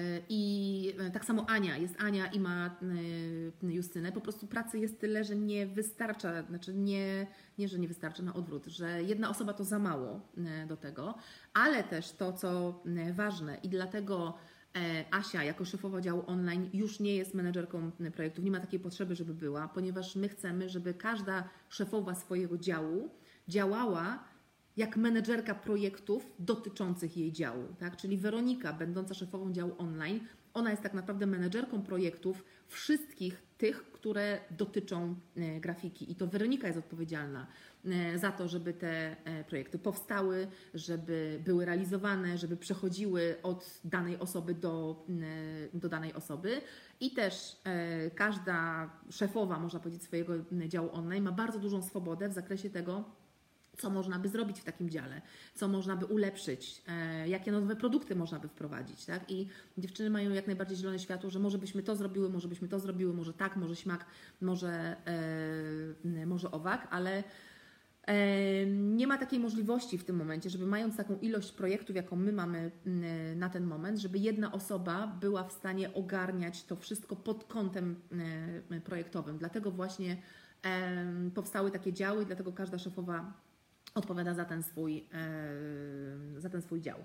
I tak samo Ania. Jest Ania i ma e, Justynę. Po prostu pracy jest tyle, że nie wystarcza, znaczy nie, nie, że nie wystarcza, na odwrót, że jedna osoba to za mało e, do tego, ale też to, co e, ważne i dlatego Asia jako szefowa działu online już nie jest menedżerką projektów, nie ma takiej potrzeby, żeby była, ponieważ my chcemy, żeby każda szefowa swojego działu działała jak menedżerka projektów dotyczących jej działu, tak? Czyli Weronika, będąca szefową działu online, ona jest tak naprawdę menedżerką projektów wszystkich tych, które dotyczą grafiki i to Weronika jest odpowiedzialna za to, żeby te projekty powstały, żeby były realizowane, żeby przechodziły od danej osoby do, do danej osoby i też każda szefowa, można powiedzieć, swojego działu online ma bardzo dużą swobodę w zakresie tego, co można by zrobić w takim dziale, co można by ulepszyć, e, jakie nowe produkty można by wprowadzić, tak? I dziewczyny mają jak najbardziej zielone światło, że może byśmy to zrobiły, może byśmy to zrobiły, może tak, może śmak, może, e, może owak, ale e, nie ma takiej możliwości w tym momencie, żeby mając taką ilość projektów, jaką my mamy e, na ten moment, żeby jedna osoba była w stanie ogarniać to wszystko pod kątem e, projektowym. Dlatego właśnie e, powstały takie działy, dlatego każda szefowa odpowiada za ten swój, e, za ten swój dział.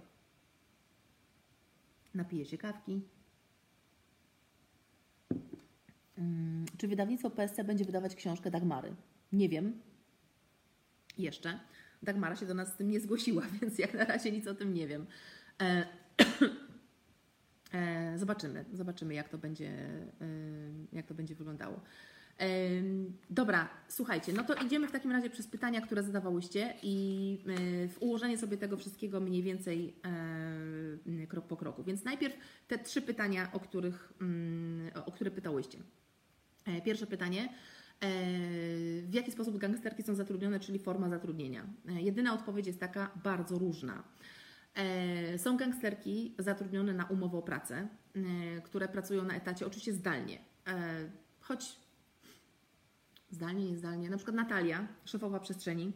Napiję się kawki. Hmm, czy wydawnictwo P S C będzie wydawać książkę Dagmary? Nie wiem. Jeszcze. Dagmara się do nas z tym nie zgłosiła, więc jak na razie nic o tym nie wiem. E, e, zobaczymy, zobaczymy jak to będzie, e, jak to będzie wyglądało. Dobra, słuchajcie, no to idziemy w takim razie przez pytania, które zadawałyście i w ułożenie sobie tego wszystkiego mniej więcej krok po kroku. Więc najpierw te trzy pytania, o, których, o które pytałyście. Pierwsze pytanie. W jaki sposób gangsterki są zatrudnione, czyli forma zatrudnienia? Jedyna odpowiedź jest taka, bardzo różna. Są gangsterki zatrudnione na umowę o pracę, które pracują na etacie, oczywiście zdalnie, choć zdalnie, niezdalnie. Na przykład Natalia, szefowa przestrzeni,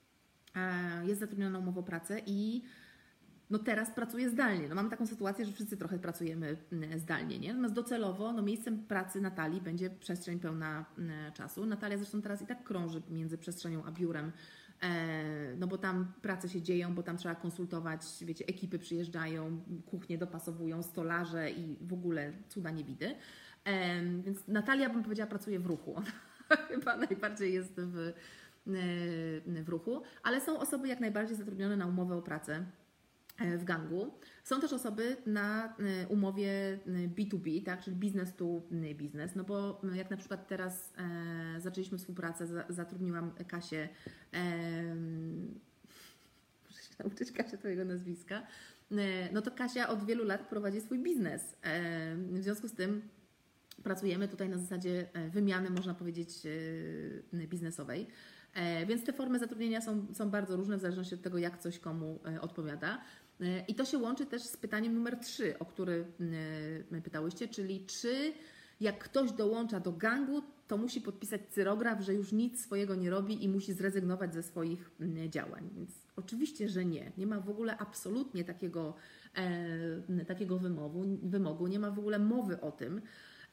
jest zatrudniona na umowę o pracę i no teraz pracuje zdalnie. No mamy taką sytuację, że wszyscy trochę pracujemy zdalnie, nie? Natomiast docelowo no miejscem pracy Natalii będzie przestrzeń pełna czasu. Natalia zresztą teraz i tak krąży między przestrzenią a biurem, no bo tam prace się dzieją, bo tam trzeba konsultować, wiecie, ekipy przyjeżdżają, kuchnie dopasowują, stolarze i w ogóle cuda niewidy. Więc Natalia, bym powiedziała, pracuje w ruchu. Chyba najbardziej jest w, w ruchu, ale są osoby jak najbardziej zatrudnione na umowę o pracę w gangu. Są też osoby na umowie B dwa B, tak, czyli business to business, no bo jak na przykład teraz e, zaczęliśmy współpracę, za, zatrudniłam Kasię, e, muszę się nauczyć Kasię twojego nazwiska, e, no to Kasia od wielu lat prowadzi swój biznes, e, w związku z tym pracujemy tutaj na zasadzie wymiany, można powiedzieć, biznesowej. Więc te formy zatrudnienia są, są bardzo różne w zależności od tego, jak coś komu odpowiada. I to się łączy też z pytaniem numer trzy, o który pytałyście, czyli czy jak ktoś dołącza do gangu, to musi podpisać cyrograf, że już nic swojego nie robi i musi zrezygnować ze swoich działań. Więc oczywiście, że nie. Nie ma w ogóle absolutnie takiego, e, takiego wymogu, wymogu, nie ma w ogóle mowy o tym.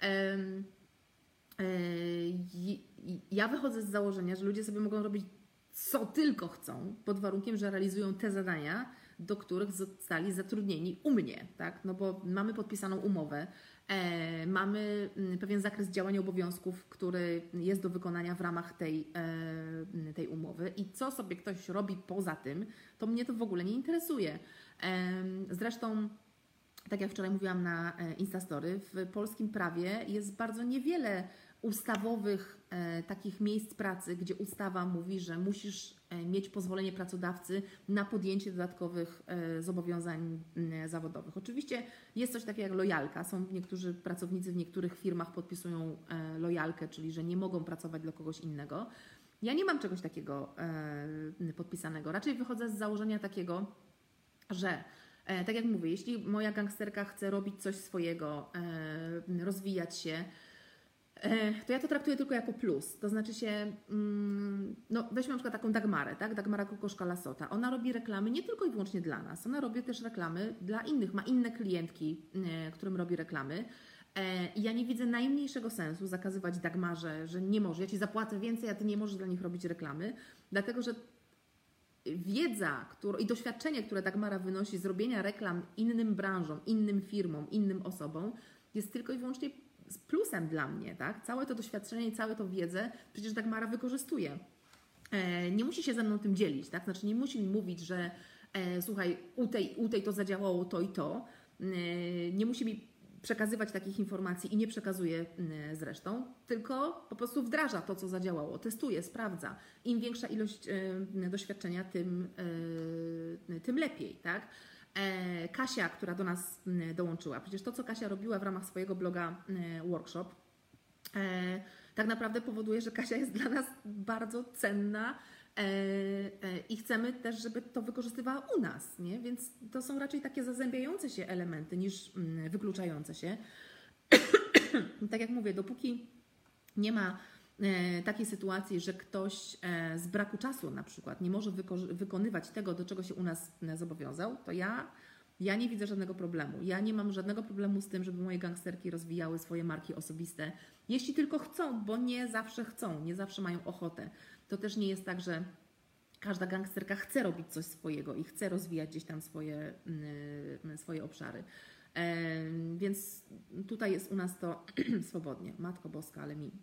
Ja wychodzę z założenia, że ludzie sobie mogą robić co tylko chcą, pod warunkiem, że realizują te zadania, do których zostali zatrudnieni u mnie, tak? No bo mamy podpisaną umowę, e, mamy pewien zakres działań i obowiązków, który jest do wykonania w ramach tej, e, tej umowy i co sobie ktoś robi poza tym, to mnie to w ogóle nie interesuje. E, zresztą tak jak wczoraj mówiłam na Instastory, w polskim prawie jest bardzo niewiele ustawowych e, takich miejsc pracy, gdzie ustawa mówi, że musisz e, mieć pozwolenie pracodawcy na podjęcie dodatkowych e, zobowiązań e, zawodowych. Oczywiście jest coś takiego jak lojalka. Są niektórzy pracownicy w niektórych firmach podpisują e, lojalkę, czyli że nie mogą pracować dla kogoś innego. Ja nie mam czegoś takiego e, podpisanego. Raczej wychodzę z założenia takiego, że E, tak jak mówię, jeśli moja gangsterka chce robić coś swojego, e, rozwijać się, e, to ja to traktuję tylko jako plus. To znaczy się, mm, no weźmy na przykład taką Dagmarę, tak? Dagmara Kokoszka-Lasota. Ona robi reklamy nie tylko i wyłącznie dla nas, ona robi też reklamy dla innych, ma inne klientki, e, którym robi reklamy. E, I ja nie widzę najmniejszego sensu zakazywać Dagmarze, że nie może, ja Ci zapłacę więcej, a Ty nie możesz dla nich robić reklamy, dlatego że wiedza którą, i doświadczenie, które Dagmara wynosi z robienia reklam innym branżom, innym firmom, innym osobom, jest tylko i wyłącznie z plusem dla mnie, tak? Całe to doświadczenie i całe to wiedzę przecież Dagmara wykorzystuje. E, nie musi się ze mną tym dzielić, tak? Znaczy nie musi mi mówić, że e, słuchaj, u tej, u tej to zadziałało to i to. E, nie musi mi przekazywać takich informacji i nie przekazuje y, zresztą, tylko po prostu wdraża to, co zadziałało, testuje, sprawdza. Im większa ilość y, doświadczenia, tym, y, tym lepiej, tak? E, Kasia, która do nas y, dołączyła, przecież to, co Kasia robiła w ramach swojego bloga y, workshop, e, tak naprawdę powoduje, że Kasia jest dla nas bardzo cenna i chcemy też, żeby to wykorzystywała u nas, nie? Więc to są raczej takie zazębiające się elementy niż wykluczające się. Tak jak mówię, dopóki nie ma takiej sytuacji, że ktoś z braku czasu na przykład nie może wyko- wykonywać tego, do czego się u nas zobowiązał, to ja, ja nie widzę żadnego problemu. Ja nie mam żadnego problemu z tym, żeby moje gangsterki rozwijały swoje marki osobiste, jeśli tylko chcą, bo nie zawsze chcą, nie zawsze mają ochotę. To też nie jest tak, że każda gangsterka chce robić coś swojego i chce rozwijać gdzieś tam swoje, yy, swoje obszary. E, więc tutaj jest u nas to swobodnie. Matko Boska, ale mi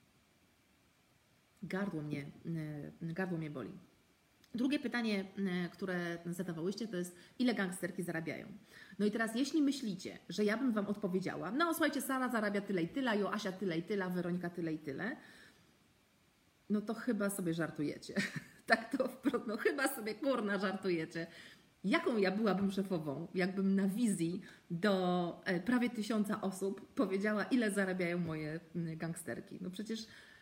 gardło mnie, yy, gardło mnie boli. Drugie pytanie, yy, które zadawałyście, to jest, ile gangsterki zarabiają? No i teraz, jeśli myślicie, że ja bym Wam odpowiedziała, no słuchajcie, Sara zarabia tyle i tyle, Joasia tyle i tyle, Weronika tyle i tyle, no to chyba sobie żartujecie. Tak to wprost, no chyba sobie kurna żartujecie. Jaką ja byłabym szefową, jakbym na wizji do prawie tysiąca osób powiedziała, ile zarabiają moje gangsterki? No przecież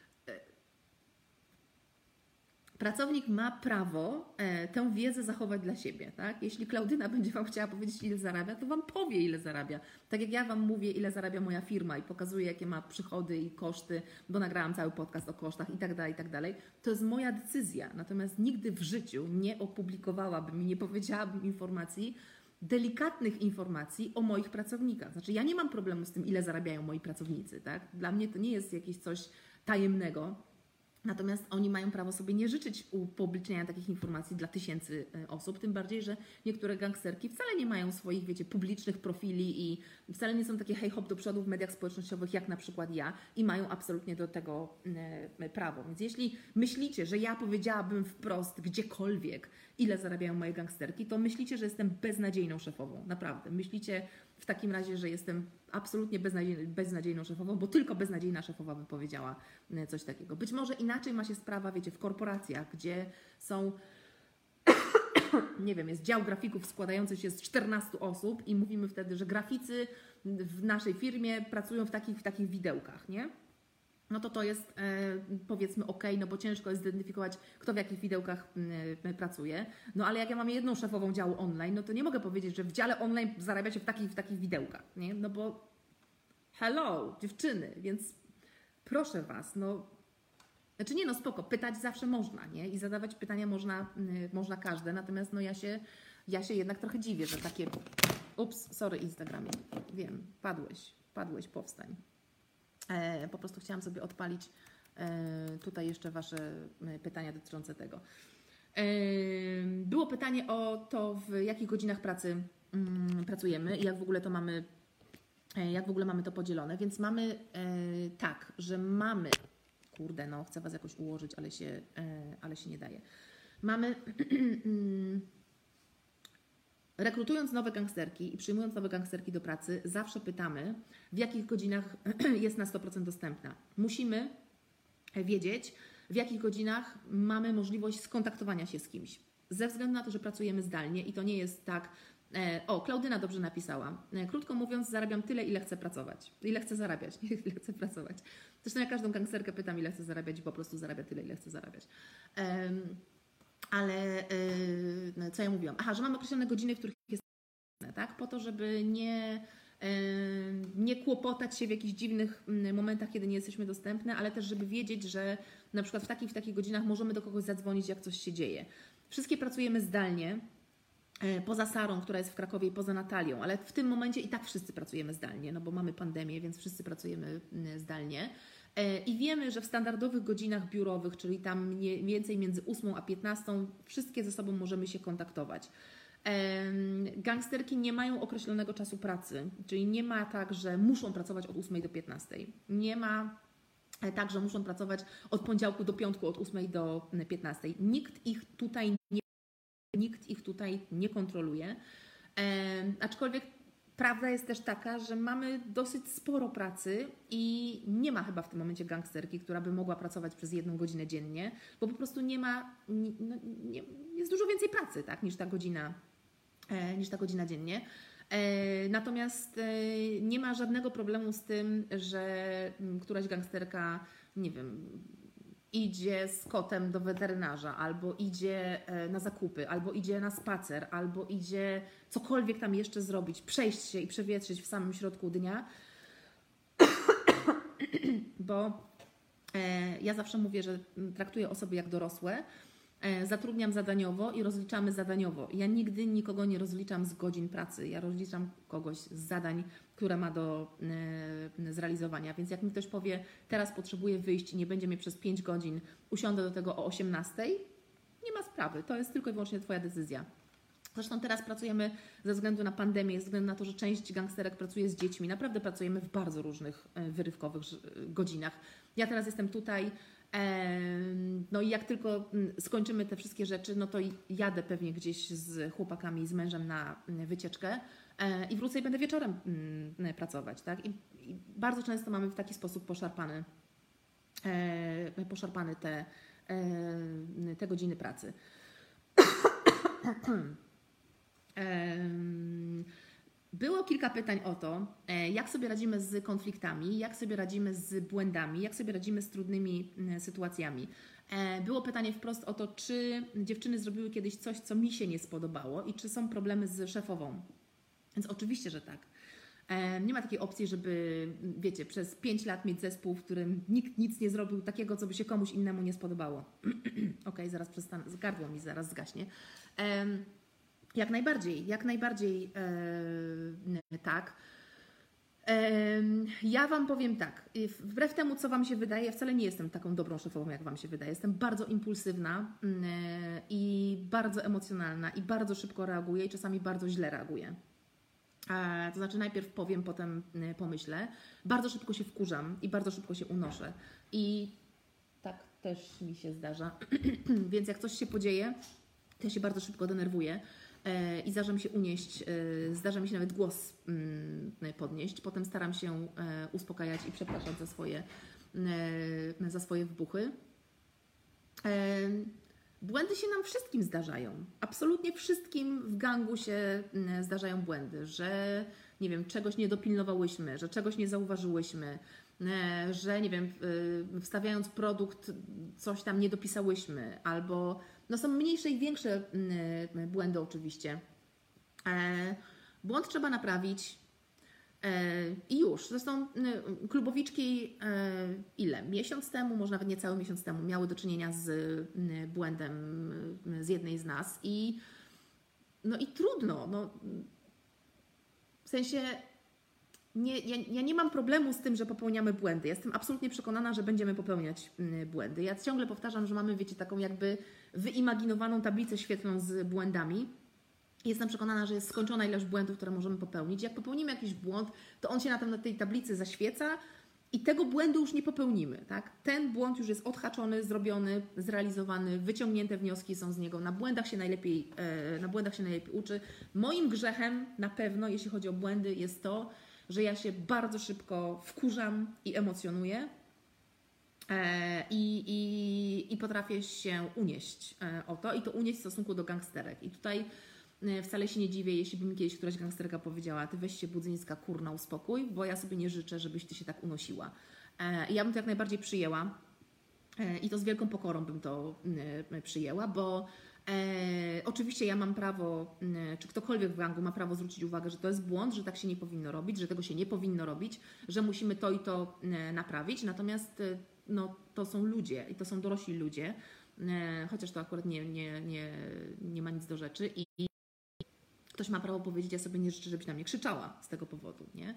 pracownik ma prawo e, tę wiedzę zachować dla siebie, tak? Jeśli Klaudyna będzie Wam chciała powiedzieć, ile zarabia, to Wam powie, ile zarabia. Tak jak ja Wam mówię, ile zarabia moja firma i pokazuję, jakie ma przychody i koszty, bo nagrałam cały podcast o kosztach i tak dalej, i tak dalej. To jest moja decyzja. Natomiast nigdy w życiu nie opublikowałabym i nie powiedziałabym informacji, delikatnych informacji o moich pracownikach. Znaczy, ja nie mam problemu z tym, ile zarabiają moi pracownicy, tak? Dla mnie to nie jest jakieś coś tajemnego. Natomiast oni mają prawo sobie nie życzyć upubliczniania takich informacji dla tysięcy osób, tym bardziej, że niektóre gangsterki wcale nie mają swoich, wiecie, publicznych profili i wcale nie są takie hej hop do przodu w mediach społecznościowych jak na przykład ja i mają absolutnie do tego e, prawo. Więc jeśli myślicie, że ja powiedziałabym wprost gdziekolwiek, ile zarabiają moje gangsterki, to myślicie, że jestem beznadziejną szefową. Naprawdę. Myślicie w takim razie, że jestem absolutnie beznadziejną, beznadziejną szefową, bo tylko beznadziejna szefowa by powiedziała coś takiego. Być może inaczej ma się sprawa, wiecie, w korporacjach, gdzie są, nie wiem, jest dział grafików składający się z czternastu osób i mówimy wtedy, że graficy w naszej firmie pracują w takich, w takich widełkach, nie? No to to jest e, powiedzmy ok, no bo ciężko jest zidentyfikować, kto w jakich widełkach e, pracuje. No ale jak ja mam jedną szefową działu online, no to nie mogę powiedzieć, że w dziale online zarabia się w takich, w takich widełkach, nie? No bo hello, dziewczyny, więc proszę Was, no znaczy nie no spoko, pytać zawsze można, nie? I zadawać pytania można, y, można każde, natomiast no ja się, ja się jednak trochę dziwię, że takie ups, sorry Instagramie, wiem, padłeś, padłeś, powstań. E, po prostu chciałam sobie odpalić e, tutaj jeszcze Wasze pytania dotyczące tego. E, było pytanie o to, w jakich godzinach pracy mm, pracujemy i jak w ogóle to mamy, e, jak w ogóle mamy to podzielone, więc mamy e, tak, że mamy, kurde no, chcę Was jakoś ułożyć, ale się, e, ale się nie daje. Mamy rekrutując nowe gangsterki i przyjmując nowe gangsterki do pracy, zawsze pytamy, w jakich godzinach jest na sto procent dostępna. Musimy wiedzieć, w jakich godzinach mamy możliwość skontaktowania się z kimś. Ze względu na to, że pracujemy zdalnie i to nie jest tak, e, o, Klaudyna dobrze napisała. E, krótko mówiąc, zarabiam tyle, ile chcę pracować. Ile chcę zarabiać, nie ile chcę pracować. Zresztą ja każdą gangsterkę pytam, ile chcę zarabiać i po prostu zarabia tyle, ile chcę zarabiać. E, Ale yy, co ja mówiłam? Aha, że mam określone godziny, w których jest tak? Po to, żeby nie, yy, nie kłopotać się w jakichś dziwnych momentach, kiedy nie jesteśmy dostępne, ale też, żeby wiedzieć, że na przykład w takich, w takich godzinach możemy do kogoś zadzwonić, jak coś się dzieje. Wszystkie pracujemy zdalnie, yy, poza Sarą, która jest w Krakowie i poza Natalią, ale w tym momencie i tak wszyscy pracujemy zdalnie, no bo mamy pandemię, więc wszyscy pracujemy yy, zdalnie. I wiemy, że w standardowych godzinach biurowych, czyli tam mniej więcej między ósmą a piętnastą, wszystkie ze sobą możemy się kontaktować. Gangsterki nie mają określonego czasu pracy, czyli nie ma tak, że muszą pracować od ósmej do piętnastej. Nie ma tak, że muszą pracować od poniedziałku do piątku, od ósmej do piętnastej. Nikt ich tutaj nie, nikt ich tutaj nie kontroluje. Aczkolwiek prawda jest też taka, że mamy dosyć sporo pracy i nie ma chyba w tym momencie gangsterki, która by mogła pracować przez jedną godzinę dziennie, bo po prostu nie ma, nie, no, nie, jest dużo więcej pracy, tak, niż ta godzina, e, niż ta godzina dziennie. E, natomiast e, nie ma żadnego problemu z tym, że m, któraś gangsterka, nie wiem, idzie z kotem do weterynarza, albo idzie e, na zakupy, albo idzie na spacer, albo idzie cokolwiek tam jeszcze zrobić, przejść się i przewietrzyć w samym środku dnia, bo e, ja zawsze mówię, że traktuję osoby jak dorosłe, e, zatrudniam zadaniowo i rozliczamy zadaniowo. Ja nigdy nikogo nie rozliczam z godzin pracy, ja rozliczam kogoś z zadań, które ma do e, zrealizowania. Więc jak mi ktoś powie, teraz potrzebuję wyjść i nie będzie mnie przez pięć godzin, usiądę do tego o osiemnastej, nie ma sprawy, to jest tylko i wyłącznie Twoja decyzja. Zresztą teraz pracujemy ze względu na pandemię, ze względu na to, że część gangsterek pracuje z dziećmi. Naprawdę pracujemy w bardzo różnych e, wyrywkowych godzinach. Ja teraz jestem tutaj, e, no i jak tylko skończymy te wszystkie rzeczy, no to jadę pewnie gdzieś z chłopakami, z mężem na wycieczkę e, i wrócę i będę wieczorem m, pracować. Tak? I, I bardzo często mamy w taki sposób poszarpany, e, poszarpany te, e, te godziny pracy. Było kilka pytań o to, jak sobie radzimy z konfliktami, jak sobie radzimy z błędami, jak sobie radzimy z trudnymi sytuacjami. Było pytanie wprost o to, czy dziewczyny zrobiły kiedyś coś, co mi się nie spodobało i czy są problemy z szefową. Więc oczywiście, że tak. Nie ma takiej opcji, żeby, wiecie, przez pięć lat mieć zespół, w którym nikt nic nie zrobił takiego, co by się komuś innemu nie spodobało. Okej, okay, zaraz przestanę, gardło mi zaraz zgaśnie. Jak najbardziej, jak najbardziej e, tak. E, ja Wam powiem tak, wbrew temu, co Wam się wydaje, wcale nie jestem taką dobrą szefową, jak Wam się wydaje. Jestem bardzo impulsywna e, i bardzo emocjonalna i bardzo szybko reaguję i czasami bardzo źle reaguję. E, to znaczy najpierw powiem, potem pomyślę. Bardzo szybko się wkurzam i bardzo szybko się unoszę. I tak też mi się zdarza. Więc jak coś się podzieje, to ja się bardzo szybko denerwuję. I zdarza mi się unieść, zdarza mi się nawet głos podnieść. Potem staram się uspokajać i przepraszać za swoje, za swoje wybuchy. Błędy się nam wszystkim zdarzają. Absolutnie wszystkim w gangu się zdarzają błędy, że nie wiem, czegoś nie dopilnowałyśmy, że czegoś nie zauważyłyśmy, że nie wiem, wstawiając produkt coś tam nie dopisałyśmy, albo no są mniejsze i większe błędy oczywiście. Błąd trzeba naprawić i już. Zresztą klubowiczki ile? Miesiąc temu, może nawet niecały miesiąc temu miały do czynienia z błędem z jednej z nas i no i trudno. No, w sensie nie, ja, ja nie mam problemu z tym, że popełniamy błędy. Jestem absolutnie przekonana, że będziemy popełniać błędy. Ja ciągle powtarzam, że mamy, wiecie, taką jakby wyimaginowaną tablicę świetlną z błędami. Jestem przekonana, że jest skończona ilość błędów, które możemy popełnić. Jak popełnimy jakiś błąd, to on się na, tym, na tej tablicy zaświeca i tego błędu już nie popełnimy. Tak? Ten błąd już jest odhaczony, zrobiony, zrealizowany, wyciągnięte wnioski są z niego. Na błędach się najlepiej, na błędach się najlepiej uczy. Moim grzechem na pewno, jeśli chodzi o błędy, jest to, że ja się bardzo szybko wkurzam i emocjonuję i, i, i potrafię się unieść o to i to unieść w stosunku do gangsterek. I tutaj wcale się nie dziwię, jeśli by mi kiedyś któraś gangsterka powiedziała: ty weź się, Budzyńska, kurna, uspokój, bo ja sobie nie życzę, żebyś ty się tak unosiła. I ja bym to jak najbardziej przyjęła i to z wielką pokorą bym to przyjęła, bo E, oczywiście ja mam prawo, czy ktokolwiek w gangu ma prawo zwrócić uwagę, że to jest błąd, że tak się nie powinno robić, że tego się nie powinno robić, że musimy to i to e, naprawić, natomiast e, no, to są ludzie i to są dorośli ludzie, e, chociaż to akurat nie, nie, nie, nie ma nic do rzeczy i, i ktoś ma prawo powiedzieć: ja sobie nie życzę, żebyś na mnie krzyczała z tego powodu, nie?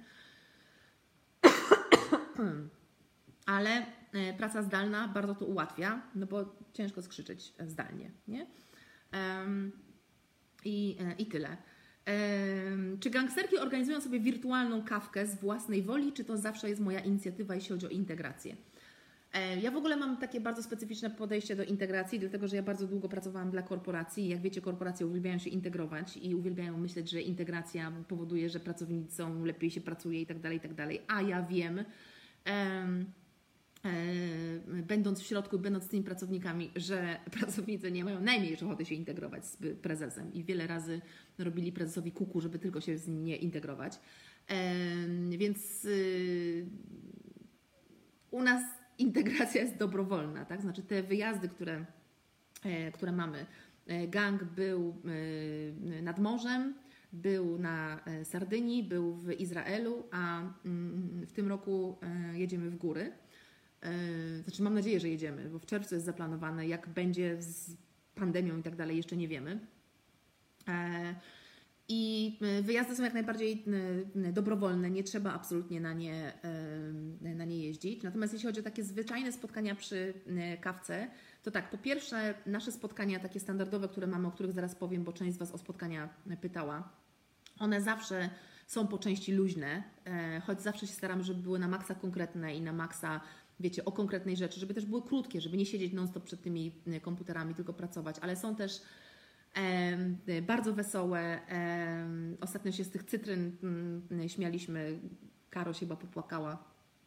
Ale e, praca zdalna bardzo to ułatwia, no bo ciężko skrzyczeć zdalnie, nie? Um, i, I tyle. Um, czy gangsterki organizują sobie wirtualną kawkę z własnej woli, czy to zawsze jest moja inicjatywa, jeśli chodzi o integrację? Ja w ogóle mam takie bardzo specyficzne podejście do integracji, dlatego że ja bardzo długo pracowałam dla korporacji. Jak wiecie, korporacje uwielbiają się integrować i uwielbiają myśleć, że integracja powoduje, że pracownicom lepiej się pracuje i tak dalej, i tak dalej. A ja wiem, em, e, będąc w środku i będąc z tymi pracownikami, że pracownicy nie mają najmniejszej ochoty się integrować z prezesem i wiele razy robili prezesowi kuku, żeby tylko się z nim nie integrować. Em, więc y, u nas integracja jest dobrowolna, tak? Znaczy te wyjazdy, które, e, które mamy. E, gang był e, nad morzem, był na e, Sardynii, był w Izraelu, a mm, w tym roku e, jedziemy w góry. E, znaczy mam nadzieję, że jedziemy, bo w czerwcu jest zaplanowane. Jak będzie z pandemią i tak dalej, jeszcze nie wiemy. E, I wyjazdy są jak najbardziej dobrowolne, nie trzeba absolutnie na nie, na nie jeździć. Natomiast jeśli chodzi o takie zwyczajne spotkania przy kawce, to tak, po pierwsze nasze spotkania takie standardowe, które mamy, o których zaraz powiem, bo część z Was o spotkania pytała, one zawsze są po części luźne, choć zawsze się staram, żeby były na maksa konkretne i na maksa, wiecie, o konkretnej rzeczy, żeby też były krótkie, żeby nie siedzieć non-stop przed tymi komputerami, tylko pracować, ale są też E, bardzo wesołe. E, ostatnio się z tych cytryn m, śmialiśmy. Karo się chyba popłakała.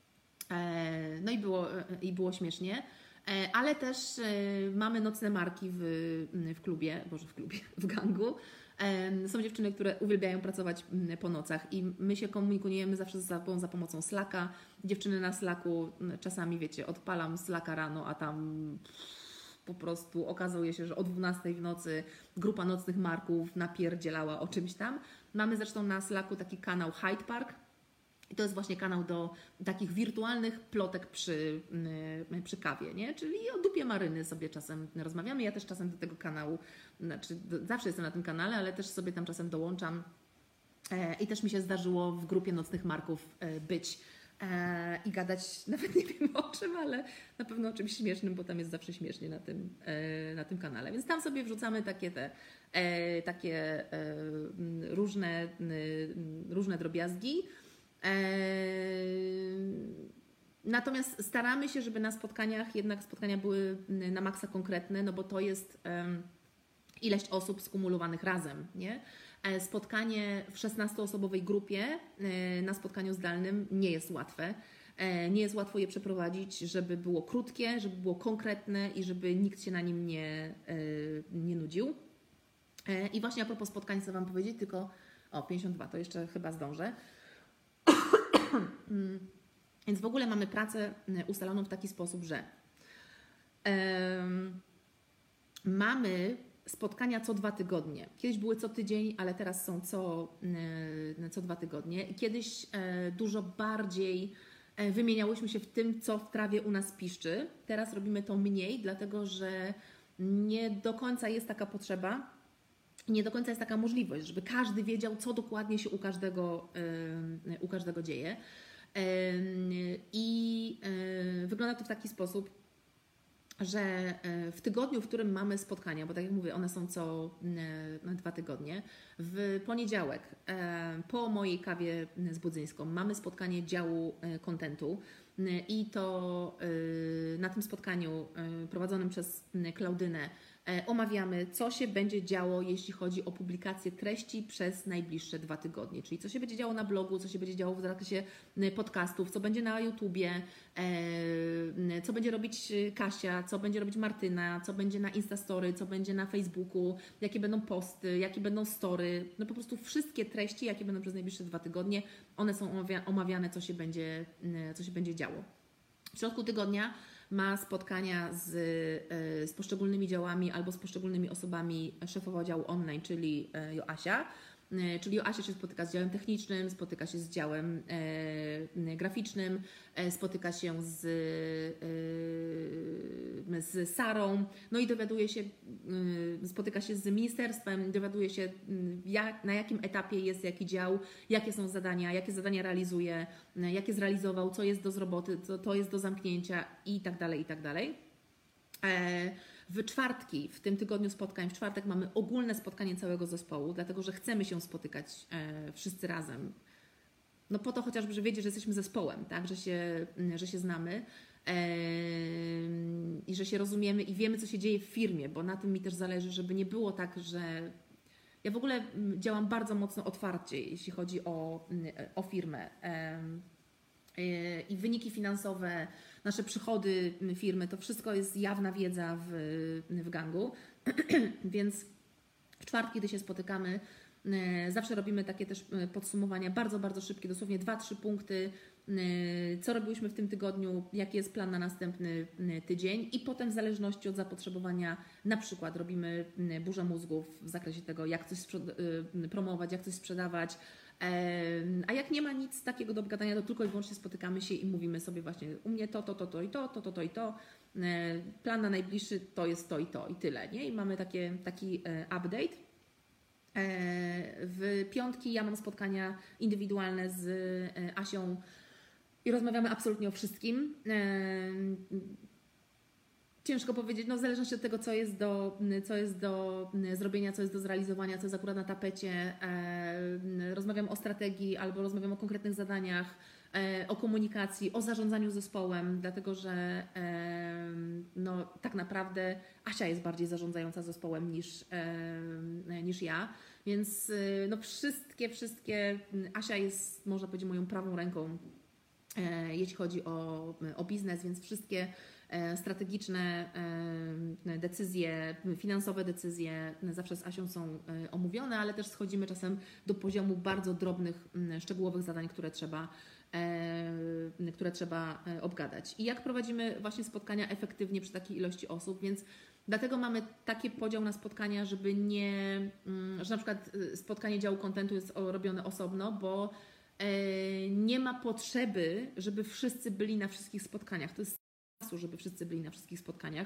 E, no i było, e, i było śmiesznie. E, ale też e, mamy nocne marki w, w klubie, boże w klubie, w gangu. E, są dziewczyny, które uwielbiają pracować po nocach i my się komunikujemy zawsze ze sobą za pomocą Slacka. Dziewczyny na Slacku, czasami wiecie, odpalam Slacka rano, a tam po prostu okazuje się, że o dwunastej w nocy grupa nocnych marków napierdzielała o czymś tam. Mamy zresztą na Slacku taki kanał Hyde Park i to jest właśnie kanał do takich wirtualnych plotek przy, przy kawie, nie? Czyli o dupie maryny sobie czasem rozmawiamy. Ja też czasem do tego kanału, znaczy zawsze jestem na tym kanale, ale też sobie tam czasem dołączam i też mi się zdarzyło w grupie nocnych marków być i gadać, nawet nie wiem o czym, ale na pewno o czymś śmiesznym, bo tam jest zawsze śmiesznie na tym, na tym kanale. Więc tam sobie wrzucamy takie te takie różne, różne drobiazgi. Natomiast staramy się, żeby na spotkaniach jednak spotkania były na maksa konkretne, no bo to jest ilość osób skumulowanych razem, nie? Spotkanie w szesnastoosobowej grupie na spotkaniu zdalnym nie jest łatwe. Nie jest łatwo je przeprowadzić, żeby było krótkie, żeby było konkretne i żeby nikt się na nim nie, nie nudził. I właśnie a propos spotkań chcę Wam powiedzieć, tylko o pięćdziesiąt dwa, to jeszcze chyba zdążę. Więc w ogóle mamy pracę ustaloną w taki sposób, że um, mamy spotkania co dwa tygodnie. Kiedyś były co tydzień, ale teraz są co, co dwa tygodnie. I kiedyś dużo bardziej wymieniałyśmy się w tym, co w trawie u nas piszczy. Teraz robimy to mniej, dlatego że nie do końca jest taka potrzeba, nie do końca jest taka możliwość, żeby każdy wiedział, co dokładnie się u każdego, u każdego dzieje. I wygląda to w taki sposób, że w tygodniu, w którym mamy spotkania, bo tak jak mówię, one są co dwa tygodnie, w poniedziałek po mojej kawie z Budzyńską mamy spotkanie działu kontentu i to na tym spotkaniu prowadzonym przez Klaudynę omawiamy, co się będzie działo, jeśli chodzi o publikację treści przez najbliższe dwa tygodnie. Czyli co się będzie działo na blogu, co się będzie działo w zakresie podcastów, co będzie na YouTubie, co będzie robić Kasia, co będzie robić Martyna, co będzie na Instastory, co będzie na Facebooku, jakie będą posty, jakie będą story. No po prostu wszystkie treści, jakie będą przez najbliższe dwa tygodnie, one są omawiane, co się będzie, co się będzie działo. W środku tygodnia ma spotkania z, z poszczególnymi działami albo z poszczególnymi osobami szefowa działu online, czyli Joasia. Czyli Joasia się spotyka z działem technicznym, spotyka się z działem e, graficznym, e, spotyka się z, e, z Sarą, no i dowiaduje się, e, spotyka się z ministerstwem, dowiaduje się jak, na jakim etapie jest jaki dział, jakie są zadania, jakie zadania realizuje, e, jakie zrealizował, co jest do zroboty, co to jest do zamknięcia i tak dalej, i tak dalej. E, W czwartki, w tym tygodniu spotkań, w czwartek mamy ogólne spotkanie całego zespołu, dlatego że chcemy się spotykać e, wszyscy razem. No po to chociażby, że wiedzieć, że jesteśmy zespołem, tak? że, się, że się znamy. i że się rozumiemy i wiemy, co się dzieje w firmie, bo na tym mi też zależy, żeby nie było tak, że ja w ogóle działam bardzo mocno otwarcie, jeśli chodzi o, o firmę. I wyniki finansowe, nasze przychody firmy, to wszystko jest jawna wiedza w, w gangu, więc w czwartki, kiedy się spotykamy, zawsze robimy takie też podsumowania, bardzo, bardzo szybkie, dosłownie dwa trzy punkty, co robiłyśmy w tym tygodniu, jaki jest plan na następny tydzień i potem w zależności od zapotrzebowania na przykład robimy burzę mózgów w zakresie tego, jak coś promować, jak coś sprzedawać, a jak nie ma nic takiego do obgadania, to tylko i wyłącznie spotykamy się i mówimy sobie właśnie u mnie to, to, to, to i to, to, to, to i to, plan na najbliższy to jest to i to i tyle, nie? I mamy takie, taki update. W piątki ja mam spotkania indywidualne z Asią i rozmawiamy absolutnie o wszystkim. Ciężko powiedzieć, no w zależności od tego, co jest do, co jest do zrobienia, co jest do zrealizowania, co jest akurat na tapecie. Rozmawiam o strategii albo rozmawiam o konkretnych zadaniach, o komunikacji, o zarządzaniu zespołem, dlatego że no, tak naprawdę Asia jest bardziej zarządzająca zespołem niż, niż ja, więc no, wszystkie, wszystkie, Asia jest, można powiedzieć, moją prawą ręką, jeśli chodzi o, o biznes, więc wszystkie strategiczne decyzje, finansowe decyzje zawsze z Asią są omówione, ale też schodzimy czasem do poziomu bardzo drobnych, szczegółowych zadań, które trzeba, które trzeba obgadać. I jak prowadzimy właśnie spotkania efektywnie przy takiej ilości osób, więc dlatego mamy taki podział na spotkania, żeby nie, że na przykład spotkanie działu kontentu jest robione osobno, bo nie ma potrzeby, żeby wszyscy byli na wszystkich spotkaniach. To jest czasu, żeby wszyscy byli na wszystkich spotkaniach.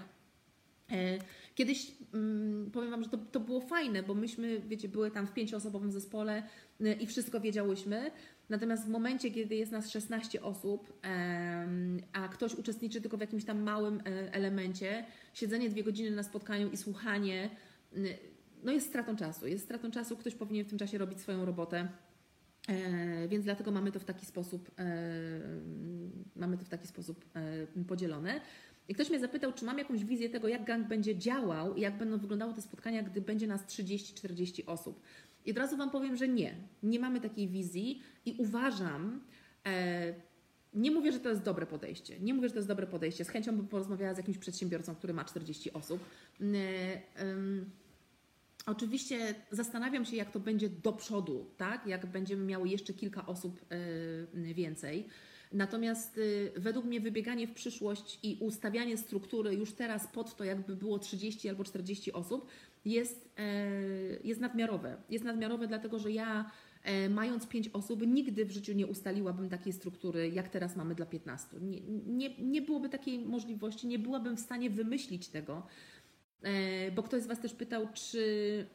Kiedyś powiem Wam, że to, to było fajne, bo myśmy, wiecie, były tam w pięcioosobowym zespole i wszystko wiedziałyśmy. Natomiast w momencie, kiedy jest nas szesnaście osób, a ktoś uczestniczy tylko w jakimś tam małym elemencie, siedzenie dwie godziny na spotkaniu i słuchanie, no jest stratą czasu. Jest stratą czasu, ktoś powinien w tym czasie robić swoją robotę. E, więc dlatego mamy to w taki sposób e, mamy to w taki sposób e, podzielone. I ktoś mnie zapytał, czy mam jakąś wizję tego, jak gang będzie działał i jak będą wyglądały te spotkania, gdy będzie nas trzydzieści czterdzieści osób. I od razu Wam powiem, że nie. Nie mamy takiej wizji i uważam, e, nie mówię, że to jest dobre podejście. Nie mówię, że to jest dobre podejście. Z chęcią bym porozmawiała z jakimś przedsiębiorcą, który ma czterdzieści osób. E, e, Oczywiście zastanawiam się, jak to będzie do przodu, tak? Jak będziemy miały jeszcze kilka osób yy, więcej. Natomiast yy, według mnie wybieganie w przyszłość i ustawianie struktury już teraz pod to, jakby było trzydzieści albo czterdzieści osób, jest, yy, jest nadmiarowe. Jest nadmiarowe, dlatego że ja yy, mając pięć osób nigdy w życiu nie ustaliłabym takiej struktury, jak teraz mamy dla piętnastu. Nie, nie, nie byłoby takiej możliwości, nie byłabym w stanie wymyślić tego. Bo ktoś z Was też pytał, czy,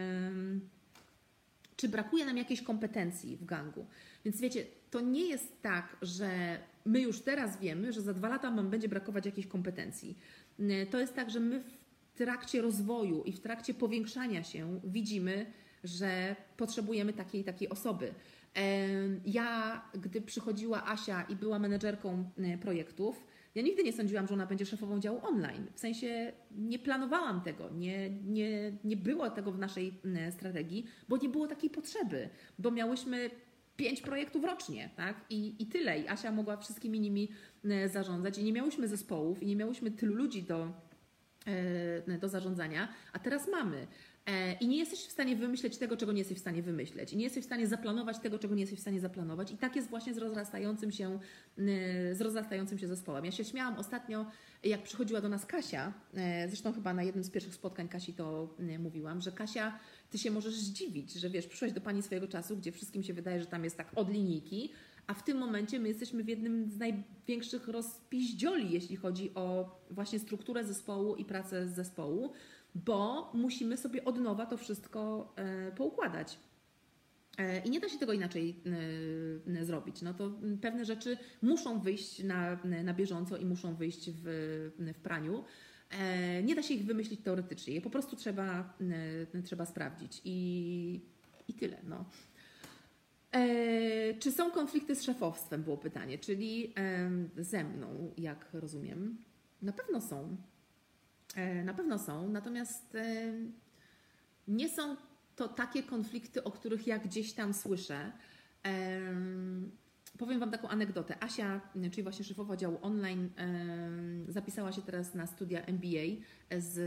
czy brakuje nam jakiejś kompetencji w gangu. Więc wiecie, to nie jest tak, że my już teraz wiemy, że za dwa lata nam będzie brakować jakiejś kompetencji. To jest tak, że my w trakcie rozwoju i w trakcie powiększania się widzimy, że potrzebujemy takiej takiej osoby. Ja, gdy przychodziła Asia i była menedżerką projektów, ja nigdy nie sądziłam, że ona będzie szefową działu online. W sensie nie planowałam tego, nie, nie, nie było tego w naszej strategii, bo nie było takiej potrzeby, bo miałyśmy pięć projektów rocznie, tak? I, i tyle. I Asia mogła wszystkimi nimi zarządzać i nie miałyśmy zespołów i nie miałyśmy tylu ludzi do, do zarządzania, a teraz mamy. I nie jesteś w stanie wymyśleć tego, czego nie jesteś w stanie wymyśleć. I nie jesteś w stanie zaplanować tego, czego nie jesteś w stanie zaplanować. I tak jest właśnie z rozrastającym się, z rozrastającym się zespołem. Ja się śmiałam ostatnio, jak przychodziła do nas Kasia, zresztą chyba na jednym z pierwszych spotkań Kasi to mówiłam, że Kasia, ty się możesz zdziwić, że wiesz, przyszłaś do pani swojego czasu, gdzie wszystkim się wydaje, że tam jest tak od linijki, a w tym momencie my jesteśmy w jednym z największych rozpiździoli, jeśli chodzi o właśnie strukturę zespołu i pracę z zespołu, bo musimy sobie od nowa to wszystko e, poukładać. E, I nie da się tego inaczej e, zrobić. No to pewne rzeczy muszą wyjść na, na bieżąco i muszą wyjść w, w praniu. E, nie da się ich wymyślić teoretycznie. Je po prostu trzeba, e, trzeba sprawdzić. I, i tyle. No. E, czy są konflikty z szefostwem, było pytanie, czyli e, ze mną, jak rozumiem. Na pewno są. E, na pewno są, natomiast e, nie są to takie konflikty, o których ja gdzieś tam słyszę. E, powiem Wam taką anegdotę. Asia, czyli właśnie szefowa działu online, e, zapisała się teraz na studia M B A z,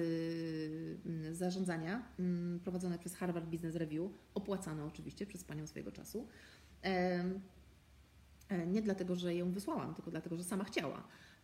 z zarządzania m, prowadzone przez Harvard Business Review, opłacane oczywiście przez panią swojego czasu. E, e, nie dlatego, że ją wysłałam, tylko dlatego, że sama chciała.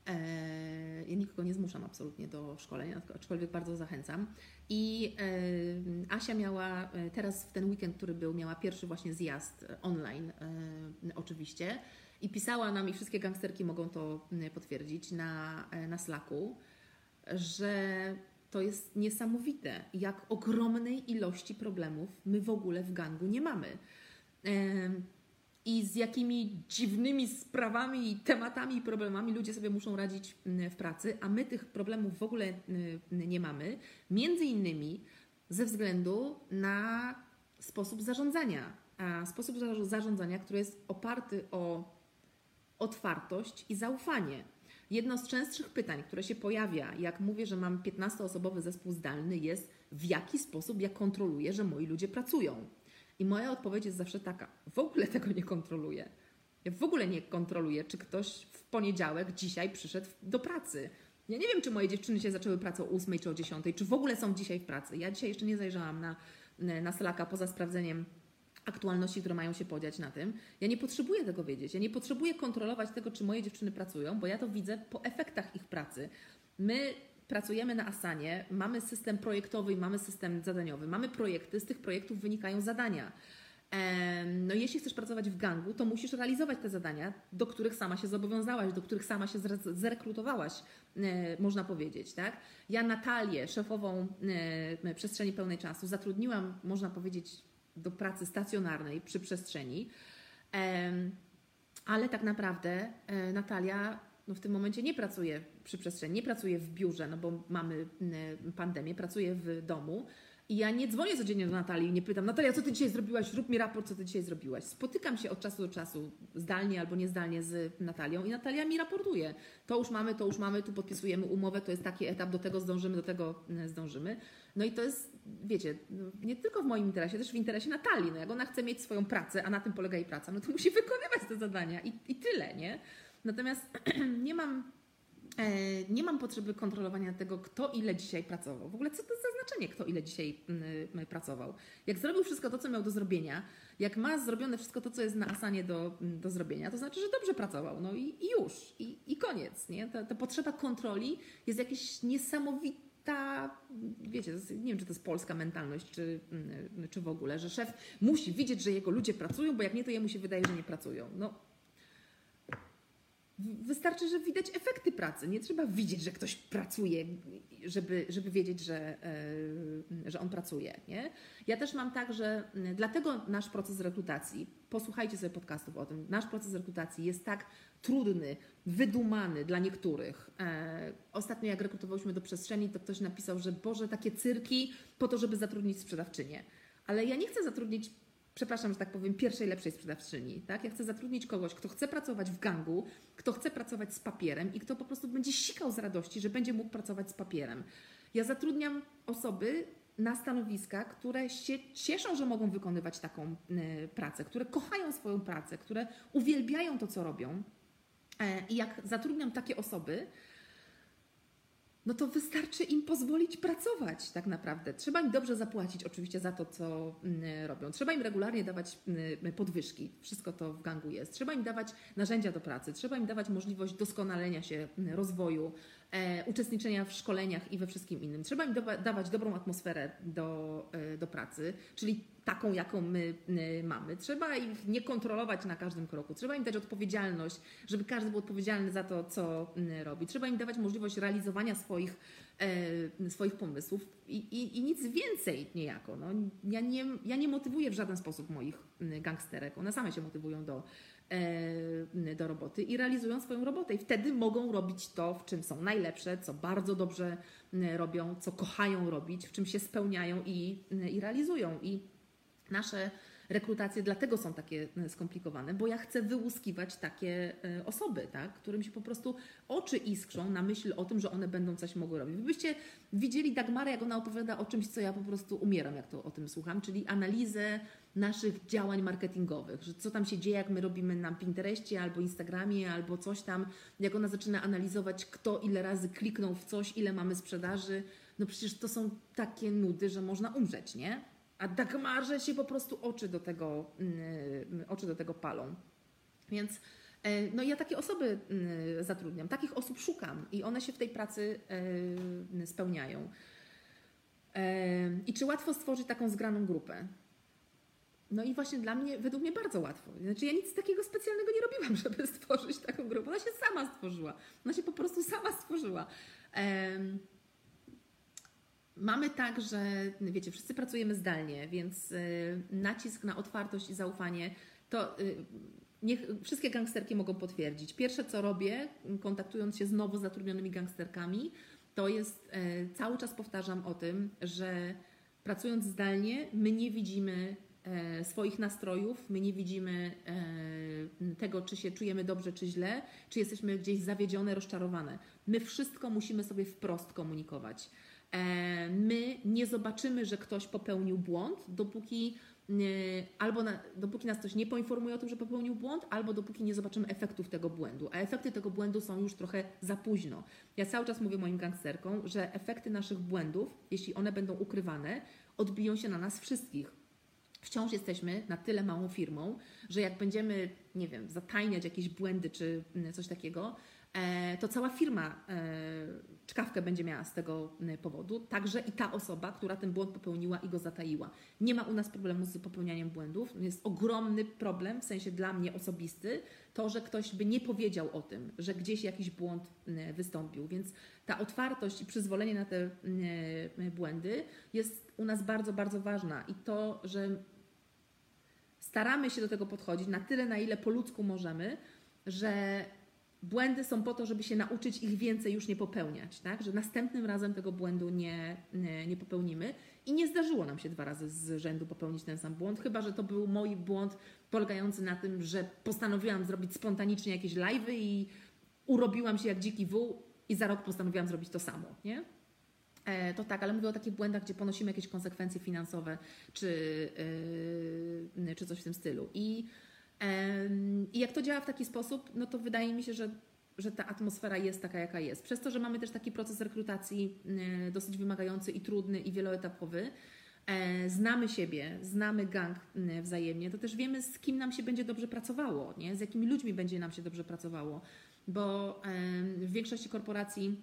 E, ja nikogo nie zmuszam absolutnie do szkolenia, aczkolwiek bardzo zachęcam. I e, Asia miała teraz w ten weekend, który był, miała pierwszy właśnie zjazd online e, oczywiście i pisała nam, i wszystkie gangsterki mogą to potwierdzić, na, na Slacku, że to jest niesamowite, jak ogromnej ilości problemów my w ogóle w gangu nie mamy. E, I z jakimi dziwnymi sprawami i tematami i problemami ludzie sobie muszą radzić w pracy, a my tych problemów w ogóle nie mamy. Między innymi ze względu na sposób zarządzania. A sposób zarządzania, który jest oparty o otwartość i zaufanie. Jedno z częstszych pytań, które się pojawia, jak mówię, że mam piętnastoosobowy zespół zdalny, jest: w jaki sposób ja kontroluję, że moi ludzie pracują? I moja odpowiedź jest zawsze taka: w ogóle tego nie kontroluję. Ja w ogóle nie kontroluję, czy ktoś w poniedziałek, dzisiaj przyszedł do pracy. Ja nie wiem, czy moje dziewczyny się zaczęły pracę o ósmej czy o dziesiątej, czy w ogóle są dzisiaj w pracy. Ja dzisiaj jeszcze nie zajrzałam na, na Slacka poza sprawdzeniem aktualności, które mają się podziać na tym. Ja nie potrzebuję tego wiedzieć. Ja nie potrzebuję kontrolować tego, czy moje dziewczyny pracują, bo ja to widzę po efektach ich pracy. My pracujemy na Asanie, mamy system projektowy i mamy system zadaniowy. Mamy projekty, z tych projektów wynikają zadania. No i jeśli chcesz pracować w gangu, to musisz realizować te zadania, do których sama się zobowiązałaś, do których sama się zrekrutowałaś, można powiedzieć, tak? Ja Natalię, szefową przestrzeni pełnej czasu, zatrudniłam, można powiedzieć, do pracy stacjonarnej przy przestrzeni, ale tak naprawdę Natalia no w tym momencie nie pracuje przy przestrzeni, nie pracuje w biurze, no bo mamy pandemię, pracuje w domu. I ja nie dzwonię codziennie do Natalii i nie pytam: Natalia, co Ty dzisiaj zrobiłaś? Rób mi raport, co Ty dzisiaj zrobiłaś. Spotykam się od czasu do czasu, zdalnie albo niezdalnie, z Natalią i Natalia mi raportuje. To już mamy, to już mamy, tu podpisujemy umowę, to jest taki etap, do tego zdążymy, do tego zdążymy. No i to jest, wiecie, nie tylko w moim interesie, też w interesie Natalii. No jak ona chce mieć swoją pracę, a na tym polega jej praca, no to musi wykonywać te zadania i, i tyle, nie? Natomiast nie mam... Nie mam potrzeby kontrolowania tego, kto ile dzisiaj pracował. W ogóle co to za znaczenie, kto ile dzisiaj yy, pracował. Jak zrobił wszystko to, co miał do zrobienia, jak ma zrobione wszystko to, co jest na Asanie do, do zrobienia, to znaczy, że dobrze pracował. No i, i już. I, i koniec. Nie? Ta, ta potrzeba kontroli jest jakaś niesamowita, wiecie, nie wiem, czy to jest polska mentalność, czy, yy, czy w ogóle, że szef musi widzieć, że jego ludzie pracują, bo jak nie, to jemu się wydaje, że nie pracują. No. Wystarczy, że widać efekty pracy. Nie trzeba widzieć, że ktoś pracuje, żeby, żeby wiedzieć, że, yy, że on pracuje. Nie? Ja też mam tak, że dlatego nasz proces rekrutacji, posłuchajcie sobie podcastów o tym, nasz proces rekrutacji jest tak trudny, wydumany dla niektórych. Yy, ostatnio jak rekrutowałyśmy do przestrzeni, to ktoś napisał, że Boże, takie cyrki po to, żeby zatrudnić sprzedawczynię. Ale ja nie chcę zatrudnić, przepraszam, że tak powiem, pierwszej lepszej sprzedawczyni. Tak? Ja chcę zatrudnić kogoś, kto chce pracować w gangu, kto chce pracować z papierem i kto po prostu będzie sikał z radości, że będzie mógł pracować z papierem. Ja zatrudniam osoby na stanowiska, które się cieszą, że mogą wykonywać taką y, pracę, które kochają swoją pracę, które uwielbiają to, co robią. E, I jak zatrudniam takie osoby, no to wystarczy im pozwolić pracować tak naprawdę. Trzeba im dobrze zapłacić oczywiście za to, co robią. Trzeba im regularnie dawać podwyżki. Wszystko to w gangu jest. Trzeba im dawać narzędzia do pracy. Trzeba im dawać możliwość doskonalenia się, rozwoju, e, uczestniczenia w szkoleniach i we wszystkim innym. Trzeba im do, dawać dobrą atmosferę do, e, do pracy, czyli taką, jaką my y, mamy. Trzeba ich nie kontrolować na każdym kroku. Trzeba im dać odpowiedzialność, żeby każdy był odpowiedzialny za to, co y, robi. Trzeba im dawać możliwość realizowania swoich, y, swoich pomysłów i, i, i nic więcej niejako. No, ja, nie, ja nie motywuję w żaden sposób moich y, gangsterek. One same się motywują do, y, do roboty i realizują swoją robotę. I wtedy mogą robić to, w czym są najlepsze, co bardzo dobrze y, robią, co kochają robić, w czym się spełniają i, y, i realizują. I Nasze rekrutacje dlatego są takie skomplikowane, bo ja chcę wyłuskiwać takie osoby, tak, którym się po prostu oczy iskrzą na myśl o tym, że one będą coś mogły robić. Wy byście widzieli Dagmarę, jak ona opowiada o czymś, co ja po prostu umieram, jak to o tym słucham, czyli analizę naszych działań marketingowych, że co tam się dzieje, jak my robimy na Pinterestie albo Instagramie, albo coś tam, jak ona zaczyna analizować, kto ile razy kliknął w coś, ile mamy sprzedaży. No przecież to są takie nudy, że można umrzeć, nie? A Dagmarze się po prostu oczy do tego, yy, oczy do tego palą. Więc yy, no ja takie osoby yy, zatrudniam, takich osób szukam i one się w tej pracy yy, spełniają. Yy, I czy łatwo stworzyć taką zgraną grupę? No i właśnie dla mnie, według mnie bardzo łatwo. Znaczy ja nic takiego specjalnego nie robiłam, żeby stworzyć taką grupę. Ona się sama stworzyła. Ona się po prostu sama stworzyła. Um, mamy tak, że wiecie, wszyscy pracujemy zdalnie, więc y, nacisk na otwartość i zaufanie to y, niech wszystkie gangsterki mogą potwierdzić. Pierwsze co robię, kontaktując się z nowo zatrudnionymi gangsterkami, to jest y, cały czas powtarzam o tym, że pracując zdalnie my nie widzimy swoich nastrojów, my nie widzimy tego, czy się czujemy dobrze, czy źle, czy jesteśmy gdzieś zawiedzione, rozczarowane. My wszystko musimy sobie wprost komunikować. My nie zobaczymy, że ktoś popełnił błąd, dopóki albo na, dopóki nas ktoś nie poinformuje o tym, że popełnił błąd, albo dopóki nie zobaczymy efektów tego błędu. A efekty tego błędu są już trochę za późno. Ja cały czas mówię moim gangsterkom, że efekty naszych błędów, jeśli one będą ukrywane, odbiją się na nas wszystkich. Wciąż jesteśmy na tyle małą firmą, że jak będziemy, nie wiem, zatajniać jakieś błędy czy coś takiego, to cała firma czkawkę będzie miała z tego powodu, także i ta osoba, która ten błąd popełniła i go zataiła. Nie ma u nas problemu z popełnianiem błędów. Jest ogromny problem, w sensie dla mnie osobisty, to, że ktoś by nie powiedział o tym, że gdzieś jakiś błąd wystąpił. Więc ta otwartość i przyzwolenie na te błędy jest u nas bardzo, bardzo ważna. I to, że staramy się do tego podchodzić na tyle, na ile po ludzku możemy, że błędy są po to, żeby się nauczyć ich więcej już nie popełniać, tak? Że następnym razem tego błędu nie, nie, nie popełnimy. I nie zdarzyło nam się dwa razy z rzędu popełnić ten sam błąd, chyba że to był mój błąd polegający na tym, że postanowiłam zrobić spontanicznie jakieś live'y i urobiła się jak dziki wół i za rok postanowiłam zrobić to samo, nie? E, to tak, ale mówię o takich błędach, gdzie ponosimy jakieś konsekwencje finansowe czy, yy, czy coś w tym stylu. I I jak to działa w taki sposób, no to wydaje mi się, że, że ta atmosfera jest taka, jaka jest. Przez to, że mamy też taki proces rekrutacji dosyć wymagający i trudny i wieloetapowy, znamy siebie, znamy gang wzajemnie, to też wiemy, z kim nam się będzie dobrze pracowało, nie? Z jakimi ludźmi będzie nam się dobrze pracowało, bo w większości korporacji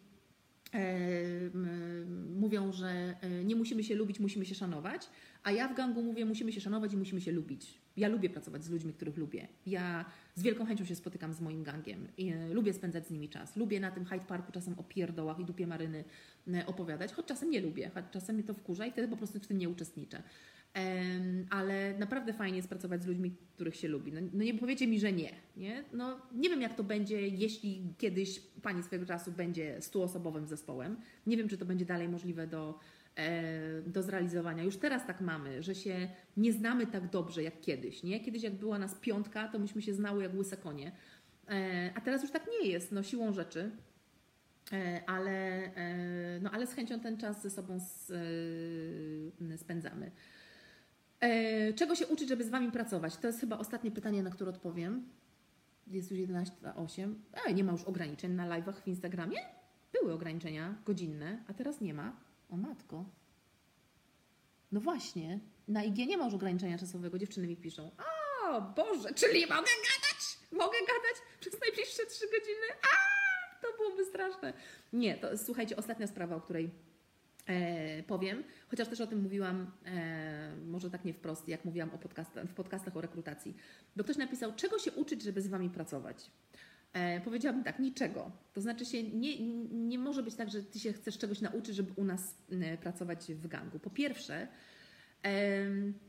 mówią, że nie musimy się lubić, musimy się szanować, a ja w gangu mówię, musimy się szanować i musimy się lubić. Ja lubię pracować z ludźmi, których lubię. Ja z wielką chęcią się spotykam z moim gangiem. I lubię spędzać z nimi czas. Lubię na tym Hyde Parku czasem o pierdołach i dupie Maryny opowiadać, choć czasem nie lubię, choć czasem mnie to wkurza i wtedy po prostu w tym nie uczestniczę. Um, ale naprawdę fajnie jest pracować z ludźmi, których się lubi. No, no nie powiecie mi, że nie, nie. No nie wiem, jak to będzie, jeśli kiedyś Pani swego czasu będzie stuosobowym zespołem. Nie wiem, czy to będzie dalej możliwe do, e, do zrealizowania. Już teraz tak mamy, że się nie znamy tak dobrze jak kiedyś, nie? Kiedyś jak była nas piątka, to myśmy się znały jak łyse konie. E, a teraz już tak nie jest, no siłą rzeczy. E, ale, e, no, ale z chęcią ten czas ze sobą s, e, spędzamy. Czego się uczyć, żeby z Wami pracować? To jest chyba ostatnie pytanie, na które odpowiem. Jest już jedenaście do osiem. Ej, nie ma już ograniczeń na live'ach w Instagramie? Były ograniczenia godzinne, a teraz nie ma. O matko. No właśnie, na I G nie ma już ograniczenia czasowego. Dziewczyny mi piszą. O Boże, czyli mogę gadać? Mogę gadać przez najbliższe trzy godziny? A, to byłoby straszne. Nie, to słuchajcie, ostatnia sprawa, o której E, powiem, chociaż też o tym mówiłam, e, może tak nie wprost, jak mówiłam o podcastach, w podcastach o rekrutacji. Bo ktoś napisał, czego się uczyć, żeby z Wami pracować? E, powiedziałabym tak, niczego. To znaczy się, nie, nie może być tak, że Ty się chcesz czegoś nauczyć, żeby u nas e, pracować w gangu. Po pierwsze, e,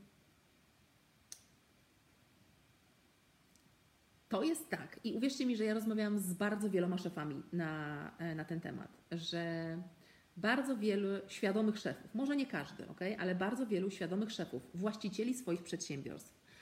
to jest tak i uwierzcie mi, że ja rozmawiałam z bardzo wieloma szefami na, na ten temat, że bardzo wielu świadomych szefów, może nie każdy, okay? Ale bardzo wielu świadomych szefów, właścicieli swoich przedsiębiorstw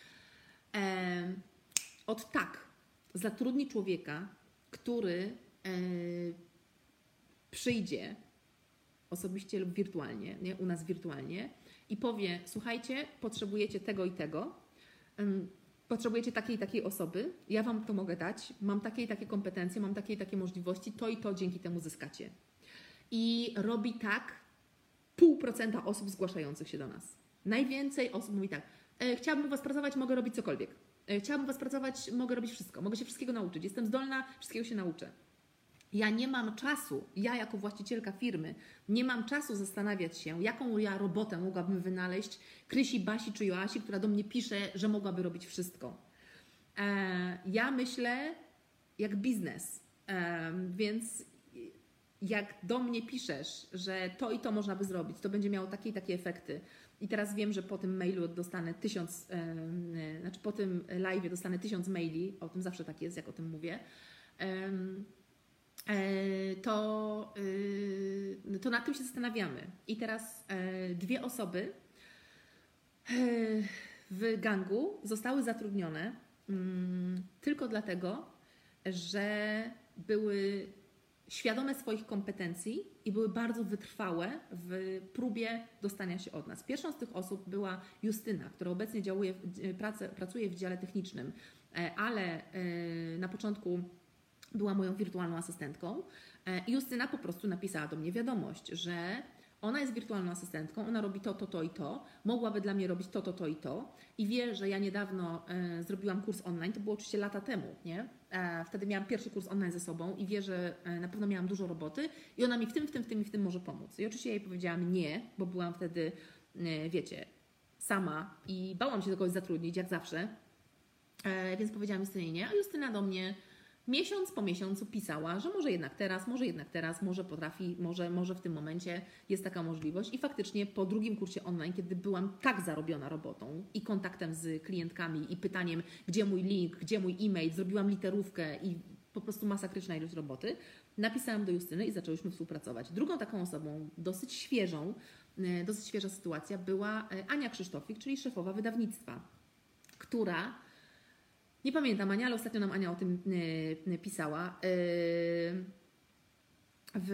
E, od tak zatrudni człowieka, który e, przyjdzie osobiście lub wirtualnie, nie? U nas wirtualnie i powie, słuchajcie, potrzebujecie tego i tego, um, potrzebujecie takiej i takiej osoby, ja Wam to mogę dać, mam takie i takie kompetencje, mam takie i takie możliwości, to i to dzięki temu zyskacie. I robi tak pół procenta osób zgłaszających się do nas. Najwięcej osób mówi tak, e, chciałabym u Was pracować, mogę robić cokolwiek. E, chciałabym u Was pracować, mogę robić wszystko, mogę się wszystkiego nauczyć, jestem zdolna, wszystkiego się nauczę. Ja nie mam czasu, ja jako właścicielka firmy, nie mam czasu zastanawiać się, jaką ja robotę mogłabym wynaleźć Krysi, Basi czy Joasi, która do mnie pisze, że mogłaby robić wszystko. E, ja myślę jak biznes, e, więc jak do mnie piszesz, że to i to można by zrobić, to będzie miało takie i takie efekty. I teraz wiem, że po tym mailu dostanę tysiąc, e, znaczy po tym live'ie dostanę tysiąc maili, o tym zawsze tak jest, jak o tym mówię. E, To, to nad tym się zastanawiamy. I teraz dwie osoby w gangu zostały zatrudnione tylko dlatego, że były świadome swoich kompetencji i były bardzo wytrwałe w próbie dostania się od nas. Pierwszą z tych osób była Justyna, która obecnie działuje, pracuje w dziale technicznym, ale na początku była moją wirtualną asystentką i Justyna po prostu napisała do mnie wiadomość, że ona jest wirtualną asystentką, ona robi to, to, to i to, mogłaby dla mnie robić to, to, to i to i wie, że ja niedawno e, zrobiłam kurs online, to było oczywiście lata temu, nie? E, wtedy miałam pierwszy kurs online ze sobą i wie, że e, na pewno miałam dużo roboty i ona mi w tym, w tym, w tym i w tym może pomóc. I oczywiście ja jej powiedziałam nie, bo byłam wtedy, e, wiecie, sama i bałam się do kogoś zatrudnić, jak zawsze, e, więc powiedziałam Justynie nie, a Justyna do mnie miesiąc po miesiącu pisała, że może jednak teraz, może jednak teraz, może potrafi, może, może w tym momencie jest taka możliwość. I faktycznie po drugim kursie online, kiedy byłam tak zarobiona robotą i kontaktem z klientkami i pytaniem, gdzie mój link, gdzie mój e-mail, zrobiłam literówkę i po prostu masakryczna ilość roboty, napisałam do Justyny i zaczęłyśmy współpracować. Drugą taką osobą, dosyć świeżą, dosyć świeża sytuacja była Ania Krzysztofik, czyli szefowa wydawnictwa, która... Nie pamiętam, Ania, ale ostatnio nam Ania o tym y, pisała. Y, w,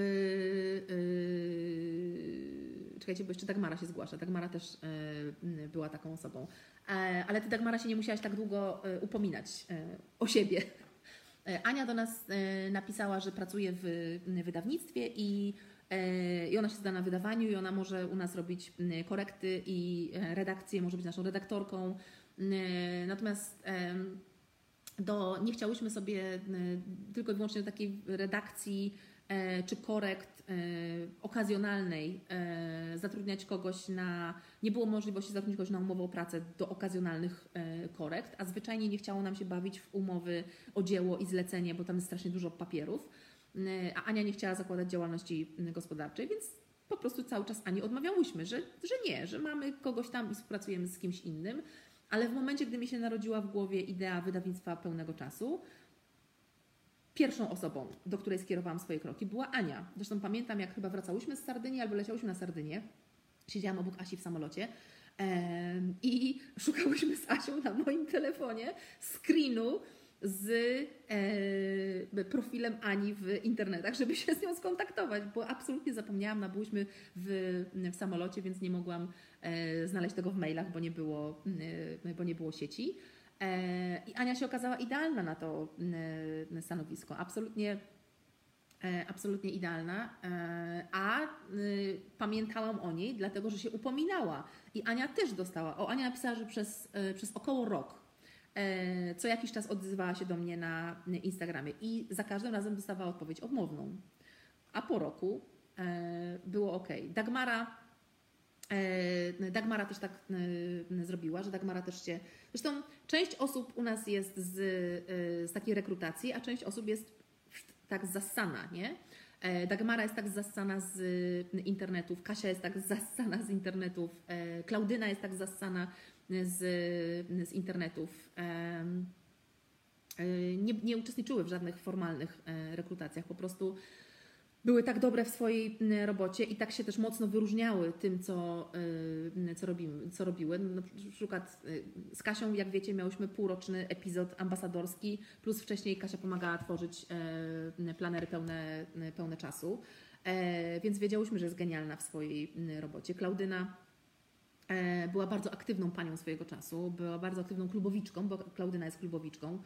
y, czekajcie, bo jeszcze Dagmara się zgłasza. Dagmara też y, była taką osobą. E, ale Ty, Dagmara, się nie musiałaś tak długo y, upominać y, o siebie. Ania do nas y, napisała, że pracuje w y, wydawnictwie i, y, i ona się zda na wydawaniu i ona może u nas robić y, korekty i y, redakcję, może być naszą redaktorką. Y, natomiast y, Do, nie chciałyśmy sobie y, tylko i wyłącznie do takiej redakcji y, czy korekt y, okazjonalnej y, zatrudniać kogoś na... Nie było możliwości zatrudnić kogoś na umowę o pracę do okazjonalnych y, korekt, a zwyczajnie nie chciało nam się bawić w umowy o dzieło i zlecenie, bo tam jest strasznie dużo papierów, y, a Ania nie chciała zakładać działalności gospodarczej, więc po prostu cały czas Ani odmawiałyśmy, że, że nie, że mamy kogoś tam i współpracujemy z kimś innym. Ale w momencie, gdy mi się narodziła w głowie idea wydawnictwa pełnego czasu, pierwszą osobą, do której skierowałam swoje kroki, była Ania. Zresztą pamiętam, jak chyba wracałyśmy z Sardynii albo leciałyśmy na Sardynię. Siedziałam obok Asi w samolocie em, i szukałyśmy z Asią na moim telefonie screenu z e, profilem Ani w internetach, żeby się z nią skontaktować, bo absolutnie zapomniałam, nabyłyśmy w, w samolocie, więc nie mogłam e, znaleźć tego w mailach, bo nie było, e, bo nie było sieci. E, I Ania się okazała idealna na to e, stanowisko. Absolutnie, e, absolutnie idealna. E, a e, pamiętałam o niej, dlatego że się upominała. I Ania też dostała. O, Ania napisała, że przez, e, przez około rok co jakiś czas odzywała się do mnie na Instagramie i za każdym razem dostawała odpowiedź odmowną. A po roku było ok. Dagmara, Dagmara też tak zrobiła, że Dagmara też się... Zresztą część osób u nas jest z, z takiej rekrutacji, a część osób jest tak zassana, nie? Dagmara jest tak zassana z internetów, Kasia jest tak zassana z internetów, Klaudyna jest tak zassana z, z internetów. Nie, nie uczestniczyły w żadnych formalnych rekrutacjach, po prostu były tak dobre w swojej y, robocie i tak się też mocno wyróżniały tym, co, y, co, robimy, co robiły. No, na przykład y, z Kasią, jak wiecie, miałyśmy półroczny epizod ambasadorski, plus wcześniej Kasia pomagała tworzyć y, planery pełne, y, pełne czasu, y, więc wiedziałyśmy, że jest genialna w swojej y, robocie. Klaudyna y, była bardzo aktywną panią swojego czasu, była bardzo aktywną klubowiczką, bo Klaudyna jest klubowiczką.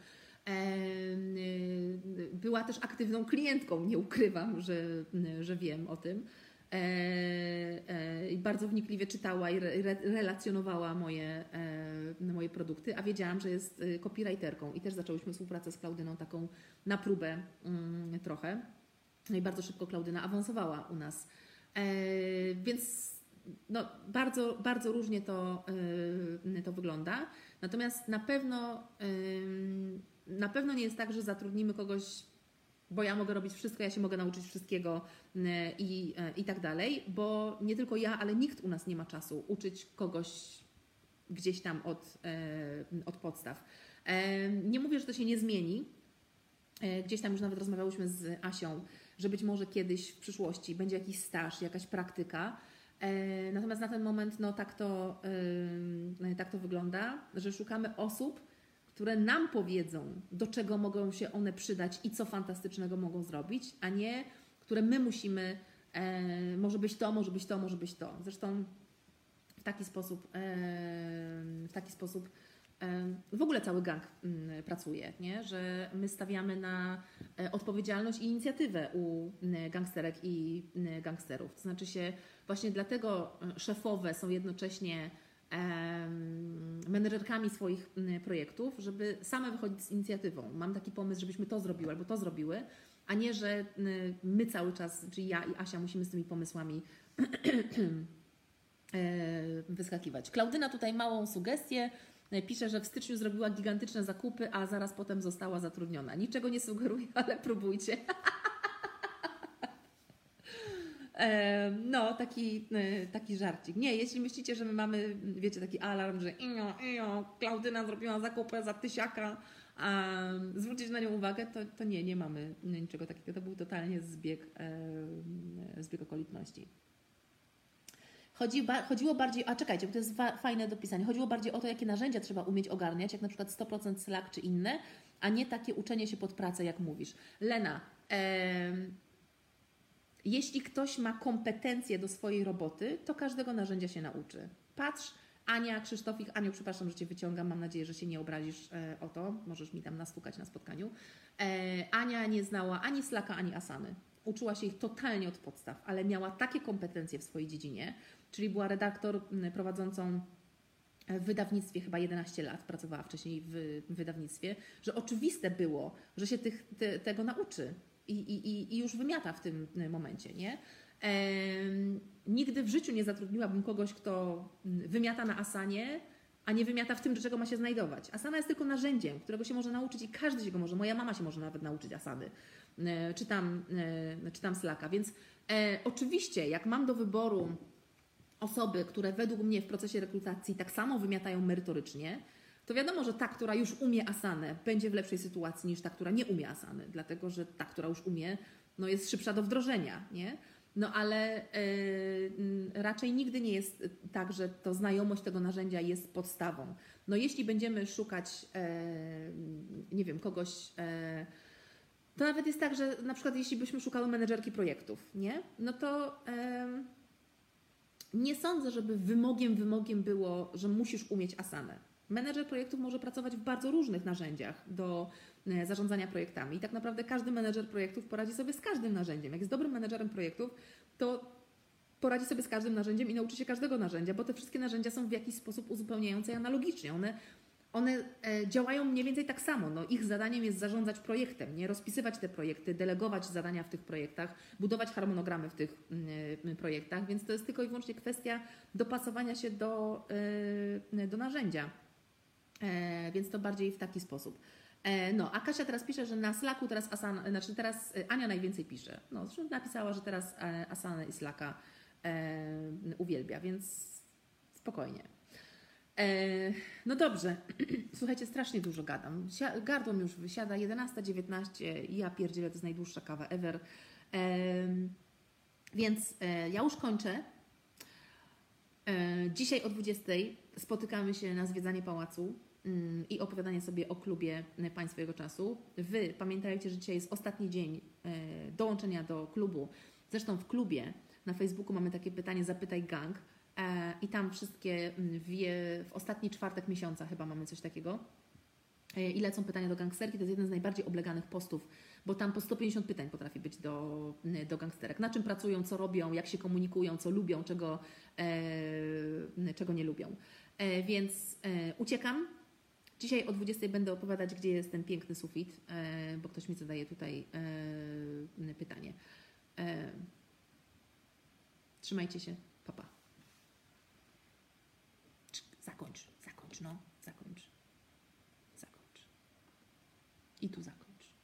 Była też aktywną klientką, nie ukrywam, że, że wiem o tym. I bardzo wnikliwie czytała i re, relacjonowała moje, moje produkty, a wiedziałam, że jest copywriterką i też zaczęłyśmy współpracę z Klaudyną taką na próbę trochę. No i bardzo szybko Klaudyna awansowała u nas. Więc no, bardzo, bardzo różnie to, to wygląda. Natomiast na pewno Na pewno nie jest tak, że zatrudnimy kogoś, bo ja mogę robić wszystko, ja się mogę nauczyć wszystkiego i, i tak dalej, bo nie tylko ja, ale nikt u nas nie ma czasu uczyć kogoś gdzieś tam od, od podstaw. Nie mówię, że to się nie zmieni. Gdzieś tam już nawet rozmawiałyśmy z Asią, że być może kiedyś w przyszłości będzie jakiś staż, jakaś praktyka. Natomiast na ten moment no, tak, to, tak to wygląda, że szukamy osób, które nam powiedzą, do czego mogą się one przydać i co fantastycznego mogą zrobić, a nie, które my musimy, e, może być to, może być to, może być to. Zresztą w taki sposób, e, w taki sposób e, w ogóle cały gang m, pracuje, nie? Że my stawiamy na e, odpowiedzialność i inicjatywę u m, gangsterek i m, gangsterów. To znaczy się właśnie dlatego szefowe są jednocześnie menedżerkami swoich projektów, żeby same wychodzić z inicjatywą. Mam taki pomysł, żebyśmy to zrobiły albo to zrobiły, a nie, że my cały czas, czyli ja i Asia musimy z tymi pomysłami wyskakiwać. Klaudyna tutaj małą sugestię. Pisze, że w styczniu zrobiła gigantyczne zakupy, a zaraz potem została zatrudniona. Niczego nie sugeruję, ale próbujcie. No, taki, taki żarcik. Nie, jeśli myślicie, że my mamy, wiecie, taki alarm, że ino, ino, Klaudyna zrobiła zakupę za tysiaka, a zwrócić na nią uwagę, to, to nie, nie mamy niczego takiego. To był totalnie zbieg, e, zbieg okoliczności. Chodzi, ba, chodziło bardziej, a czekajcie, bo to jest fa, fajne do pisania, chodziło bardziej o to, jakie narzędzia trzeba umieć ogarniać, jak na przykład sto procent Slack czy inne, a nie takie uczenie się pod pracę, jak mówisz. Lena, e, jeśli ktoś ma kompetencje do swojej roboty, to każdego narzędzia się nauczy. Patrz, Ania, Krzysztofik, Aniu, przepraszam, że Cię wyciągam, mam nadzieję, że się nie obrazisz e, o to, możesz mi tam nastukać na spotkaniu. E, Ania nie znała ani Slacka, ani Asany. Uczyła się ich totalnie od podstaw, ale miała takie kompetencje w swojej dziedzinie, czyli była redaktor m, prowadzącą w wydawnictwie chyba jedenaście lat, pracowała wcześniej w wydawnictwie, że oczywiste było, że się tych, te, tego nauczy. I, i, i już wymiata w tym momencie, nie? Ehm, nigdy w życiu nie zatrudniłabym kogoś, kto wymiata na Asanie, a nie wymiata w tym, do czego ma się znajdować. Asana jest tylko narzędziem, którego się może nauczyć i każdy się go może. Moja mama się może nawet nauczyć Asany, e, czy tam, e, czy tam Slacka. Więc e, oczywiście, jak mam do wyboru osoby, które według mnie w procesie rekrutacji tak samo wymiatają merytorycznie, to wiadomo, że ta, która już umie asanę, będzie w lepszej sytuacji niż ta, która nie umie asany, dlatego że ta, która już umie, no jest szybsza do wdrożenia, nie? No ale yy, raczej nigdy nie jest tak, że to znajomość tego narzędzia jest podstawą. No jeśli będziemy szukać, yy, nie wiem, kogoś, yy, to nawet jest tak, że na przykład jeśli byśmy szukały menedżerki projektów, nie? No to yy, nie sądzę, żeby wymogiem, wymogiem było, że musisz umieć asanę. Menedżer projektów może pracować w bardzo różnych narzędziach do zarządzania projektami i tak naprawdę każdy menedżer projektów poradzi sobie z każdym narzędziem. Jak jest dobrym menedżerem projektów, to poradzi sobie z każdym narzędziem i nauczy się każdego narzędzia, bo te wszystkie narzędzia są w jakiś sposób uzupełniające i analogicznie. One, one działają mniej więcej tak samo. No, ich zadaniem jest zarządzać projektem, nie rozpisywać te projekty, delegować zadania w tych projektach, budować harmonogramy w tych y, projektach, więc to jest tylko i wyłącznie kwestia dopasowania się do, y, do narzędzia. E, więc to bardziej w taki sposób. E, no, a Kasia teraz pisze, że na Slacku teraz Asana, znaczy teraz Ania najwięcej pisze. No, zresztą napisała, że teraz Asanę i Slacka e, uwielbia, więc spokojnie. E, no dobrze, słuchajcie, strasznie dużo gadam. Gardło mi już wysiada, jedenasta dziewiętnaście i ja pierdzielę, to jest najdłuższa kawa ever. Więc ja już kończę. Dzisiaj o dwudziestej spotykamy się na zwiedzanie pałacu i opowiadanie sobie o klubie Państwo Jego Czasu. Wy pamiętajcie, że dzisiaj jest ostatni dzień dołączenia do klubu. Zresztą w klubie na Facebooku mamy takie pytanie Zapytaj Gang i tam wszystkie wie, w ostatni czwartek miesiąca chyba mamy coś takiego. I lecą pytania do gangsterki. To jest jeden z najbardziej obleganych postów, bo tam po sto pięćdziesiąt pytań potrafi być do, do gangsterek. Na czym pracują, co robią, jak się komunikują, co lubią, czego, e, czego nie lubią. E, więc e, uciekam. Dzisiaj o dwudziestej będę opowiadać, gdzie jest ten piękny sufit, e, bo ktoś mi zadaje tutaj e, pytanie. E, trzymajcie się. Pa, pa. Zakończ, zakończ, no.